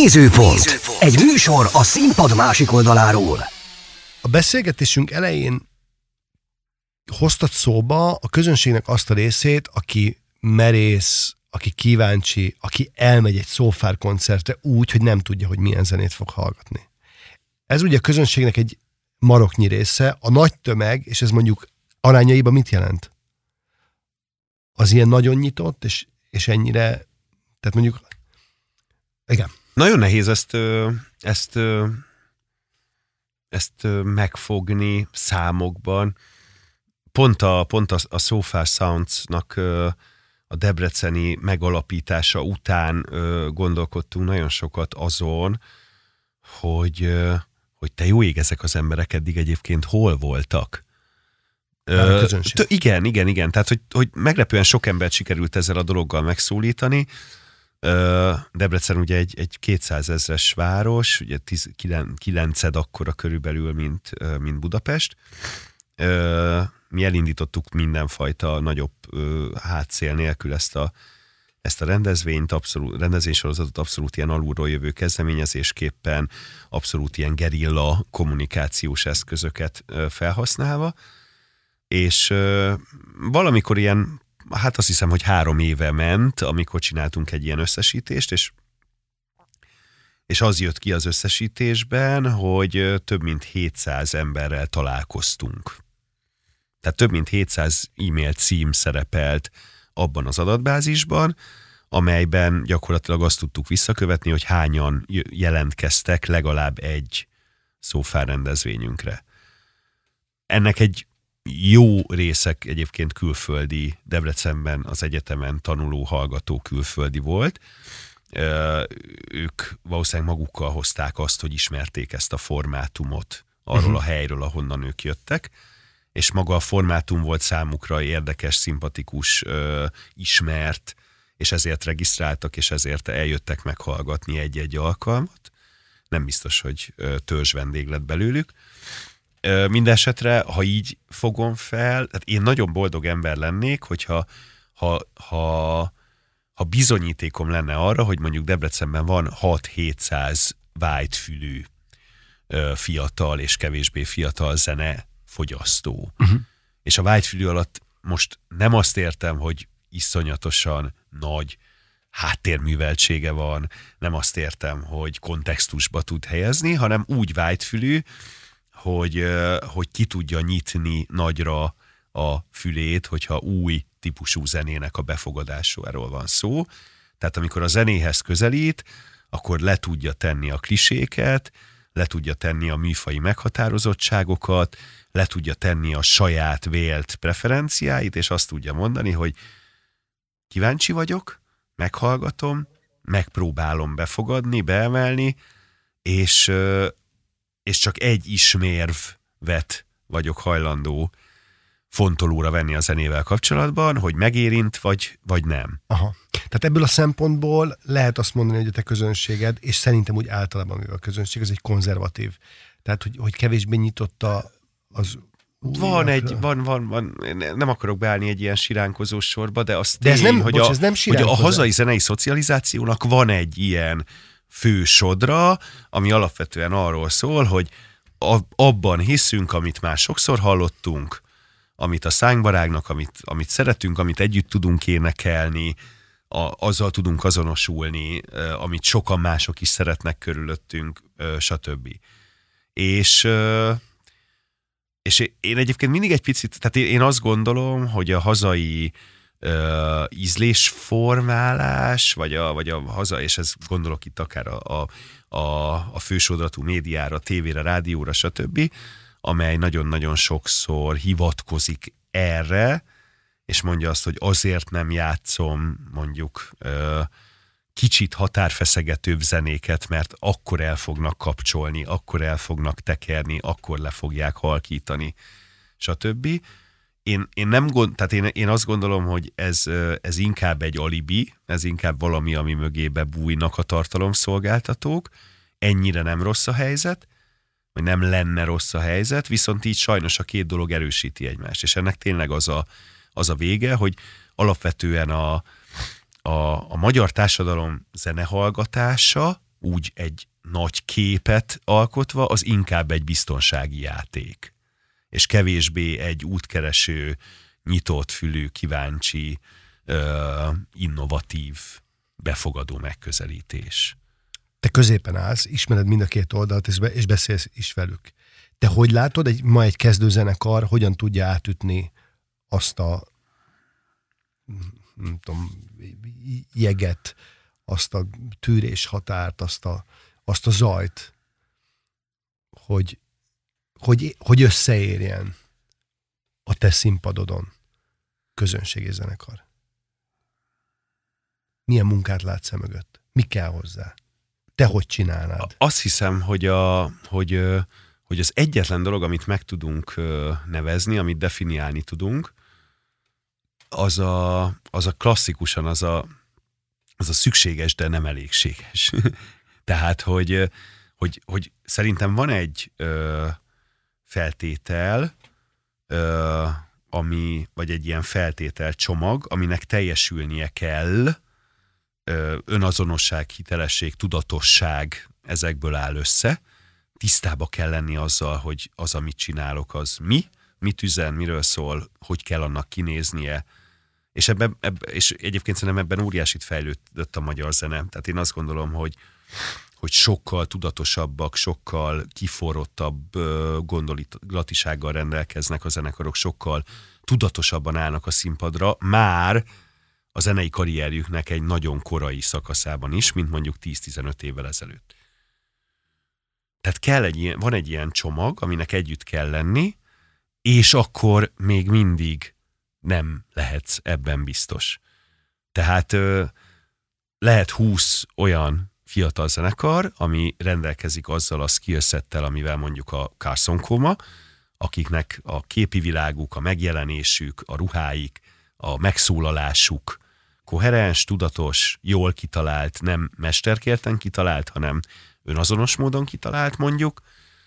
Nézőpont. Nézőpont. Egy műsor a színpad másik oldaláról. A beszélgetésünk elején hoztad szóba a közönségnek azt a részét, aki merész, aki kíváncsi, aki elmegy egy szófár koncertre úgy, hogy nem tudja, hogy milyen zenét fog hallgatni. Ez ugye a közönségnek egy maroknyi része, a nagy tömeg, és ez mondjuk arányaiban mit jelent? Az ilyen nagyon nyitott, és, és ennyire, tehát mondjuk, igen. Nagyon nehéz ezt, ezt, ezt megfogni számokban. Pont a, pont a, a So Far Sounds-nak a debreceni megalapítása után gondolkodtunk nagyon sokat azon, hogy, hogy te jó ég, ezek az emberek eddig egyébként hol voltak. Ö, t- igen, igen, igen. Tehát, hogy, hogy meglepően sok embert sikerült ezzel a dologgal megszólítani. Ö, Debrecen ugye egy, egy kétszázezres város, ugye tíz, kilenced akkora körülbelül, mint, mint Budapest. Ö, mi elindítottuk mindenfajta nagyobb ö, hátszél nélkül ezt a, ezt a rendezvényt, abszolút, rendezvénysorozatot abszolút ilyen alulról jövő kezdeményezésképpen, abszolút ilyen gerilla kommunikációs eszközöket ö, felhasználva, és ö, valamikor ilyen, hát azt hiszem, hogy három éve ment, amikor csináltunk egy ilyen összesítést, és, és az jött ki az összesítésben, hogy több mint hétszáz emberrel találkoztunk. Tehát több mint hétszáz e-mail cím szerepelt abban az adatbázisban, amelyben gyakorlatilag azt tudtuk visszakövetni, hogy hányan jelentkeztek legalább egy szófár rendezvényünkre. Ennek egy jó részek egyébként külföldi, Debrecenben az egyetemen tanuló hallgató külföldi volt. Ők valószínűleg magukkal hozták azt, hogy ismerték ezt a formátumot arról uh-huh. a helyről, ahonnan ők jöttek, és maga a formátum volt számukra érdekes, szimpatikus, ismert, és ezért regisztráltak, és ezért eljöttek meghallgatni egy-egy alkalmat. Nem biztos, hogy törzs vendég lett belőlük. Mindenesetre, ha így fogom fel, hát én nagyon boldog ember lennék, hogyha ha, ha, ha bizonyítékom lenne arra, hogy mondjuk Debrecenben van hat-hétszáz vájtfülű fiatal és kevésbé fiatal zene fogyasztó. Uh-huh. És a vájtfülű alatt most nem azt értem, hogy iszonyatosan nagy háttérműveltsége van, nem azt értem, hogy kontextusba tud helyezni, hanem úgy vájtfülű, hogy, hogy ki tudja nyitni nagyra a fülét, hogyha új típusú zenének a befogadásáról van szó. Tehát amikor a zenéhez közelít, akkor le tudja tenni a kliséket, le tudja tenni a műfaji meghatározottságokat, le tudja tenni a saját vélt preferenciáit, és azt tudja mondani, hogy kíváncsi vagyok, meghallgatom, megpróbálom befogadni, beemelni, és, és csak egy ismérvet vagyok hajlandó fontolóra venni a zenével kapcsolatban, hogy megérint, vagy, vagy nem. Aha. Tehát ebből a szempontból lehet azt mondani, hogy a te közönséged, és szerintem úgy általában mivel a közönség, ez egy konzervatív. Tehát, hogy, hogy kevésbé nyitotta az... Van egy, van, van, van, nem akarok beállni egy ilyen siránkozós sorba, de az de ez tény, nem, hogy, bocs, a, ez nem hogy a hazai zenei szocializációnak van egy ilyen fő sodra, ami alapvetően arról szól, hogy a, abban hiszünk, amit már sokszor hallottunk, amit a szánkba rágnak, amit, amit szeretünk, amit együtt tudunk énekelni, a, azzal tudunk azonosulni, amit sokan mások is szeretnek körülöttünk, stb. És, és én egyébként mindig egy picit, tehát én azt gondolom, hogy a hazai uh, ízlésformálás, vagy a, vagy a haza, és ez gondolok itt akár a, a, a, a fősodratú médiára, tévére, rádióra, stb., amely nagyon-nagyon sokszor hivatkozik erre, és mondja azt, hogy azért nem játszom mondjuk uh, kicsit határfeszegetőbb zenéket, mert akkor el fognak kapcsolni, akkor el fognak tekerni, akkor le fogják halkítani, stb. Én, én, nem gond, tehát én, én azt gondolom, hogy ez, ez inkább egy alibi, ez inkább valami, ami mögébe bújnak a tartalomszolgáltatók. Ennyire nem rossz a helyzet, vagy nem lenne rossz a helyzet, viszont így sajnos a két dolog erősíti egymást. És ennek tényleg az a, az a vége, hogy alapvetően a A, a magyar társadalom zenehallgatása úgy egy nagy képet alkotva, az inkább egy biztonsági játék. És kevésbé egy útkereső, nyitott fülű, kíváncsi, innovatív, befogadó megközelítés. Te középen állsz, ismered mind a két oldalt, és beszélsz is velük. Te hogy látod, egy, ma egy kezdőzenekar hogyan tudja átütni azt a nem tudom, jeget, azt a tűrés határt, azt a, azt a zajt, hogy, hogy, hogy összeérjen a te színpadodon közönségi zenekar? Milyen munkát látsz e mögött? Mi kell hozzá? Te hogy csinálnád? Azt hiszem, hogy, a, hogy, hogy az egyetlen dolog, amit meg tudunk nevezni, amit definiálni tudunk, az a, az a klasszikusan, az a, az a szükséges, de nem elégséges. Tehát, hogy, hogy, hogy szerintem van egy ö, feltétel, ö, ami, vagy egy ilyen feltétel csomag, aminek teljesülnie kell, ö, önazonosság, hitelesség, tudatosság, ezekből áll össze. Tisztába kell lenni azzal, hogy az, amit csinálok, az mi, mit üzen, miről szól, hogy kell annak kinéznie, és, ebben, ebben, és egyébként szerintem ebben óriásit fejlődött a magyar zene. Tehát én azt gondolom, hogy, hogy sokkal tudatosabbak, sokkal kiforrottabb gondolatisággal rendelkeznek a zenekarok, sokkal tudatosabban állnak a színpadra, már a zenei karrierjüknek egy nagyon korai szakaszában is, mint mondjuk tíz-tizenöt évvel ezelőtt. Tehát kell egy ilyen, van egy ilyen csomag, aminek együtt kell lenni, és akkor még mindig nem lehetsz ebben biztos. Tehát ö, lehet húsz olyan fiatal zenekar, ami rendelkezik azzal a skillsettel, amivel mondjuk a Carson Coma, akiknek a képi világuk, a megjelenésük, a ruháik, a megszólalásuk koherens, tudatos, jól kitalált, nem mesterkérten kitalált, hanem önazonos módon kitalált mondjuk,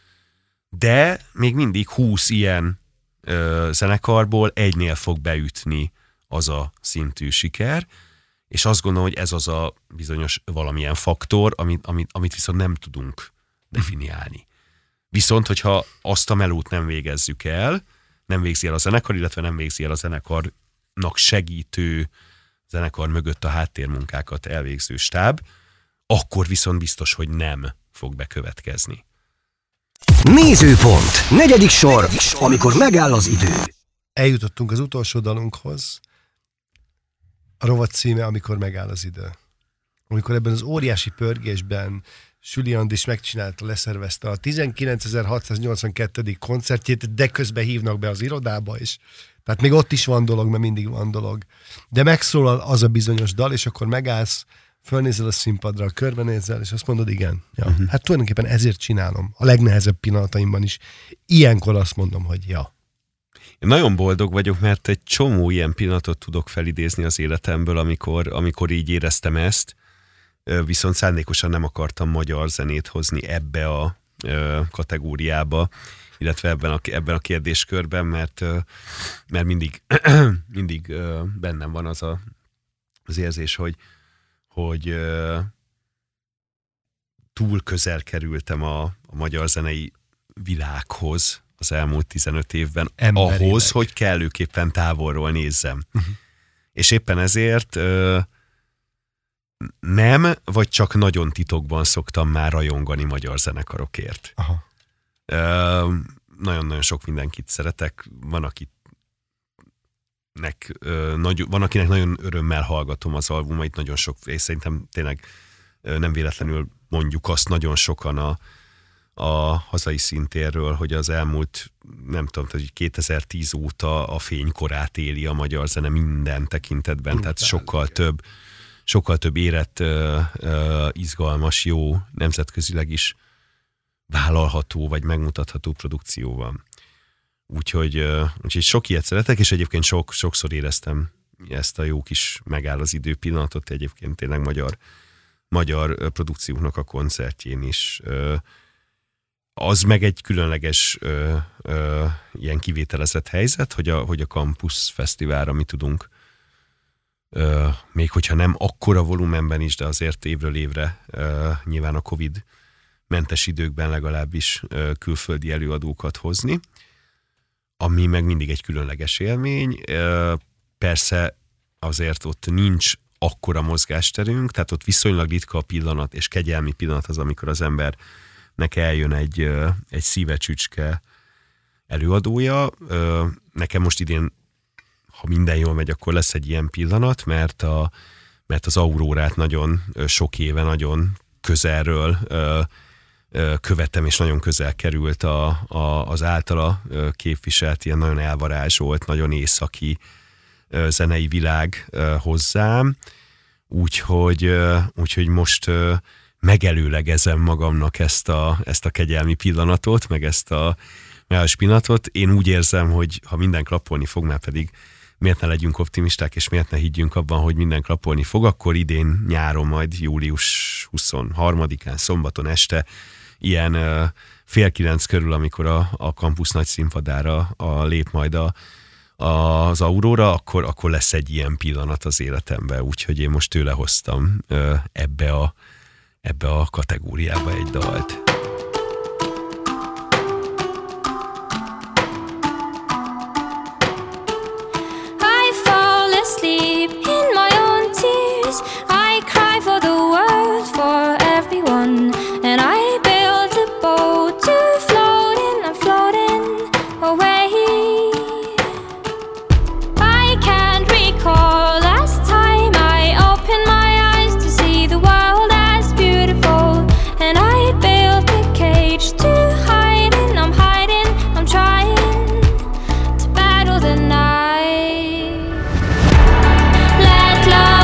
de még mindig húsz ilyen ö, zenekarból egynél fog beütni az a szintű siker, és azt gondolom, hogy ez az a bizonyos valamilyen faktor, amit, amit, amit viszont nem tudunk definiálni. Viszont, hogyha azt a melót nem végezzük el, nem végzi el a zenekar, illetve nem végzi el a zenekarnak segítő, zenekar mögött a háttérmunkákat elvégző stáb, akkor viszont biztos, hogy nem fog bekövetkezni. Nézőpont. Negyedik sor, Negyedik sor, amikor megáll az idő. Eljutottunk az utolsó dalunkhoz. A rovat címe, amikor megáll az idő. Amikor ebben az óriási pörgésben Süli Andis megcsinálta, leszervezte a tizenkilencezer-hatszáznyolcvankettő koncertjét, de közben hívnak be az irodába is. Tehát még ott is van dolog, mert mindig van dolog. De megszólal az a bizonyos dal, és akkor megállsz, fölnézel a színpadra, körbenézel, és azt mondod, igen. Ja. Uh-huh. Hát tulajdonképpen ezért csinálom. A legnehezebb pillanataimban is. Ilyenkor azt mondom, hogy ja. Én nagyon boldog vagyok, mert egy csomó ilyen pillanatot tudok felidézni az életemből, amikor, amikor így éreztem ezt, viszont szándékosan nem akartam magyar zenét hozni ebbe a kategóriába, illetve ebben a, ebben a kérdéskörben, mert, mert mindig, mindig bennem van az a, az érzés, hogy, hogy túl közel kerültem a, a magyar zenei világhoz az elmúlt tizenöt évben, emberileg, ahhoz, hogy kellőképpen távolról nézzem. Uh-huh. És éppen ezért nem, vagy csak nagyon titokban szoktam már rajongani magyar zenekarokért. Aha. Ö, nagyon-nagyon sok mindenkit szeretek, van, akit nek, ö, nagy, van akinek nagyon örömmel hallgatom az albumait, nagyon sok, és szerintem tényleg ö, nem véletlenül mondjuk azt nagyon sokan a, a hazai szintérről, hogy az elmúlt, nem tudom, hogy kétezer-tíz óta a fénykorát éli a magyar zene minden tekintetben, Brutál, tehát sokkal igen. több sokkal több érett, uh, uh, izgalmas, jó, nemzetközileg is vállalható, vagy megmutatható produkció van. Úgyhogy, uh, úgyhogy sok ilyet szeretek, és egyébként sok, sokszor éreztem ezt a jó kis megáll az idő pillanatot, egyébként tényleg magyar, magyar uh, produkcióknak a koncertjén is. Uh, az meg egy különleges uh, uh, ilyen kivételezett helyzet, hogy a, hogy a Campus Fesztiválra mi tudunk még hogyha nem akkora volumenben is, de azért évről évre nyilván a Covid mentes időkben legalábbis külföldi előadókat hozni, ami meg mindig egy különleges élmény. Persze azért ott nincs akkora mozgásterünk, tehát ott viszonylag ritka a pillanat, és kegyelmi pillanat az, amikor az embernek eljön egy, egy szívecsücske előadója. Nekem most idén, ha minden jól megy, akkor lesz egy ilyen pillanat, mert, a, mert az Aurórát nagyon sok éve, nagyon közelről követem, és nagyon közel került a, a, az általa képviselt, ilyen nagyon elvarázsolt, nagyon északi zenei világ hozzám, úgyhogy, úgyhogy most megelőlegezem magamnak ezt a, ezt a kegyelmi pillanatot, meg ezt a május pillanatot. Én úgy érzem, hogy ha minden klappolni fog, már pedig miért ne legyünk optimisták, és miért ne higgyünk abban, hogy minden klappolni fog, akkor idén nyáron, majd július huszonharmadikán, szombaton este, ilyen uh, fél kilenc körül, amikor a, a Campus nagy színpadára a, lép majd a, a, az Aurora, akkor, akkor lesz egy ilyen pillanat az életemben, úgyhogy én most tőle hoztam uh, ebbe, a, ebbe a kategóriába egy dalt. I cry for the world, for everyone, and I build a boat to float in, I'm floating away. I can't recall last time I opened my eyes to see the world as beautiful, and I built a cage to hide in, I'm hiding, I'm trying to battle the night. Let love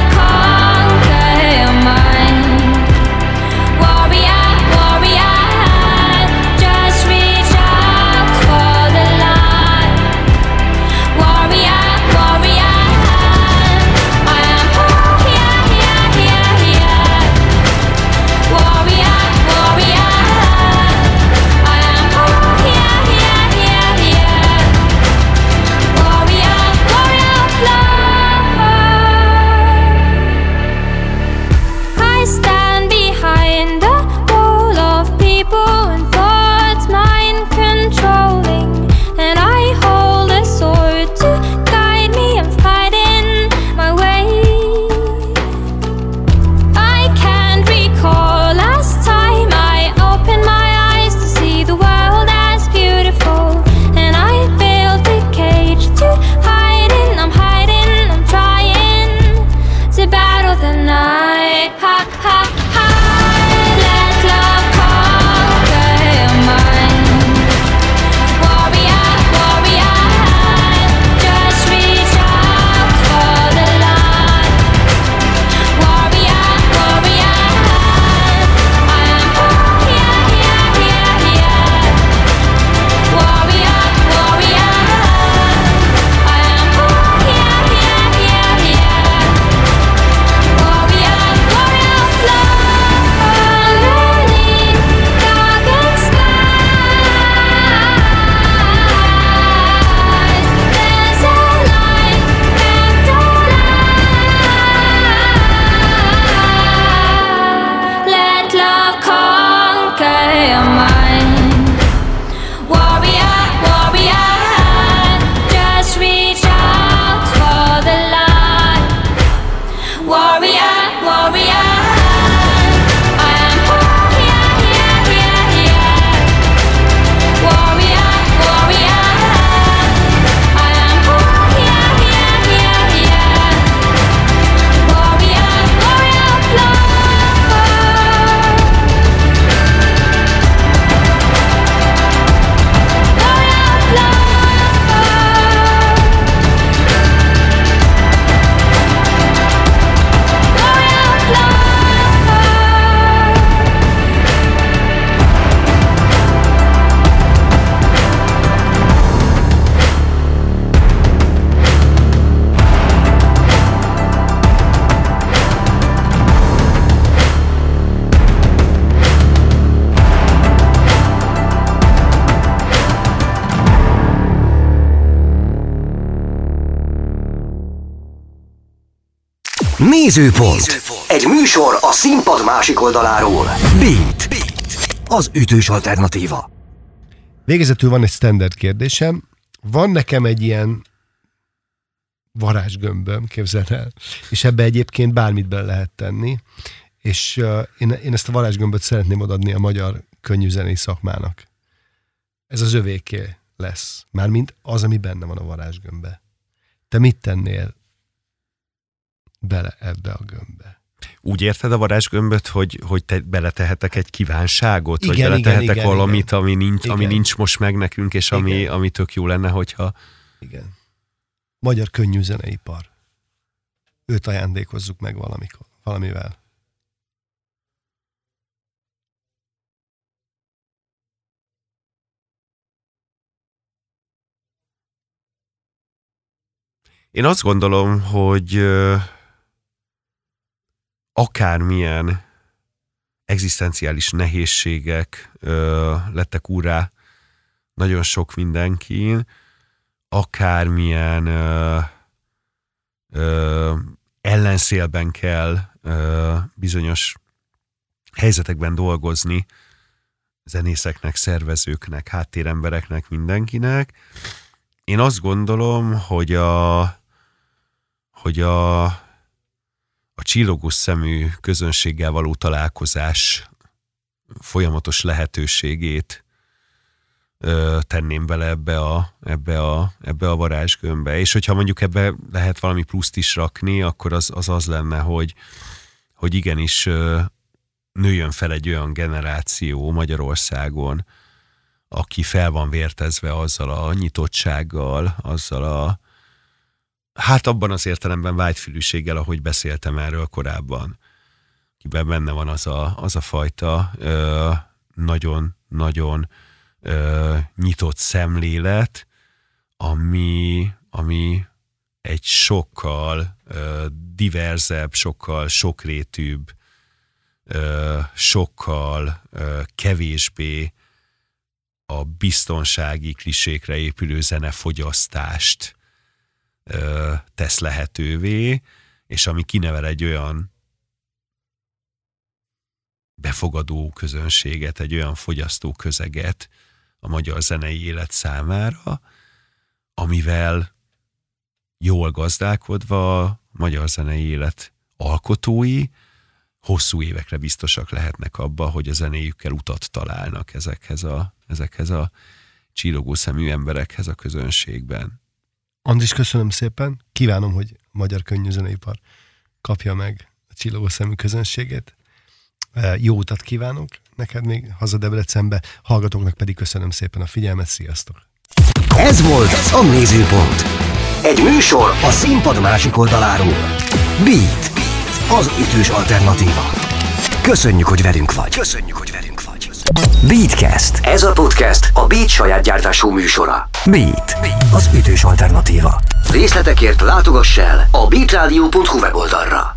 Nézőpont. Nézőpont. Egy műsor a színpad másik oldaláról. Beat. Beat. Az ütős alternatíva. Végezetül van egy standard kérdésem. Van nekem egy ilyen varázsgömböm, képzeld el, és ebbe egyébként bármit bele lehet tenni, és uh, én, én ezt a varázsgömböt szeretném odaadni a magyar könnyűzenei szakmának. Ez az övéké lesz. Mármint az, ami benne van a varázsgömbbe. Te mit tennél bele ebbe a gömbbe? Úgy érted a varázsgömböt, hogy, hogy te beletehetek egy kívánságot, igen, vagy beletehetek igen, igen, valamit, igen. Ami, nincs, ami nincs most meg nekünk, és ami, ami tök jó lenne, hogyha... Igen. Magyar könnyűzeneipar. Őt ajándékozzuk meg valamikor, valamivel. Én azt gondolom, hogy ö, akármilyen egzisztenciális nehézségek ö, lettek úrrá nagyon sok mindenkin, akármilyen ö, ö, ellenszélben kell ö, bizonyos helyzetekben dolgozni zenészeknek, szervezőknek, háttérembereknek, mindenkinek. Én azt gondolom, hogy a hogy a, a csillogós szemű közönséggel való találkozás folyamatos lehetőségét ö, tenném bele ebbe a, ebbe, a, ebbe a varázsgömbbe. És hogyha mondjuk ebbe lehet valami pluszt is rakni, akkor az az, az lenne, hogy, hogy igenis ö, nőjön fel egy olyan generáció Magyarországon, aki fel van vértezve azzal a nyitottsággal, azzal a hát abban az értelemben vágyfülűséggel, ahogy beszéltem erről korábban, kiben benne van az a, az a fajta nagyon-nagyon nyitott szemlélet, ami, ami egy sokkal ö, diverzebb, sokkal sokrétűbb, ö, sokkal ö, kevésbé a biztonsági klisékre épülő zenefogyasztást ö, tesz lehetővé, és ami kinevel egy olyan befogadó közönséget, egy olyan fogyasztó közeget a magyar zenei élet számára, amivel jól gazdálkodva a magyar zenei élet alkotói hosszú évekre biztosak lehetnek abba, hogy a zenéjükkel utat találnak ezekhez a, ezekhez a csillogó szemű emberekhez a közönségben. Andris, köszönöm szépen. Kívánom, hogy a magyar könnyűzeneipar kapja meg a csillogó szemű közönséget. Jó utat kívánok neked még haza Debrecenbe, hallgatóknak pedig köszönöm szépen a figyelmet, sziasztok! Ez volt a Nézőpont. Egy műsor a színpad másik oldaláról. Beat, az ütős alternatíva. Köszönjük, hogy velünk vagy. Köszönjük, hogy velünk vagy. Beatcast. Ez a podcast a Beat saját gyártású műsora. Beat, az ütős alternatíva. Részletekért látogass el a beatradio pont hu weboldalra.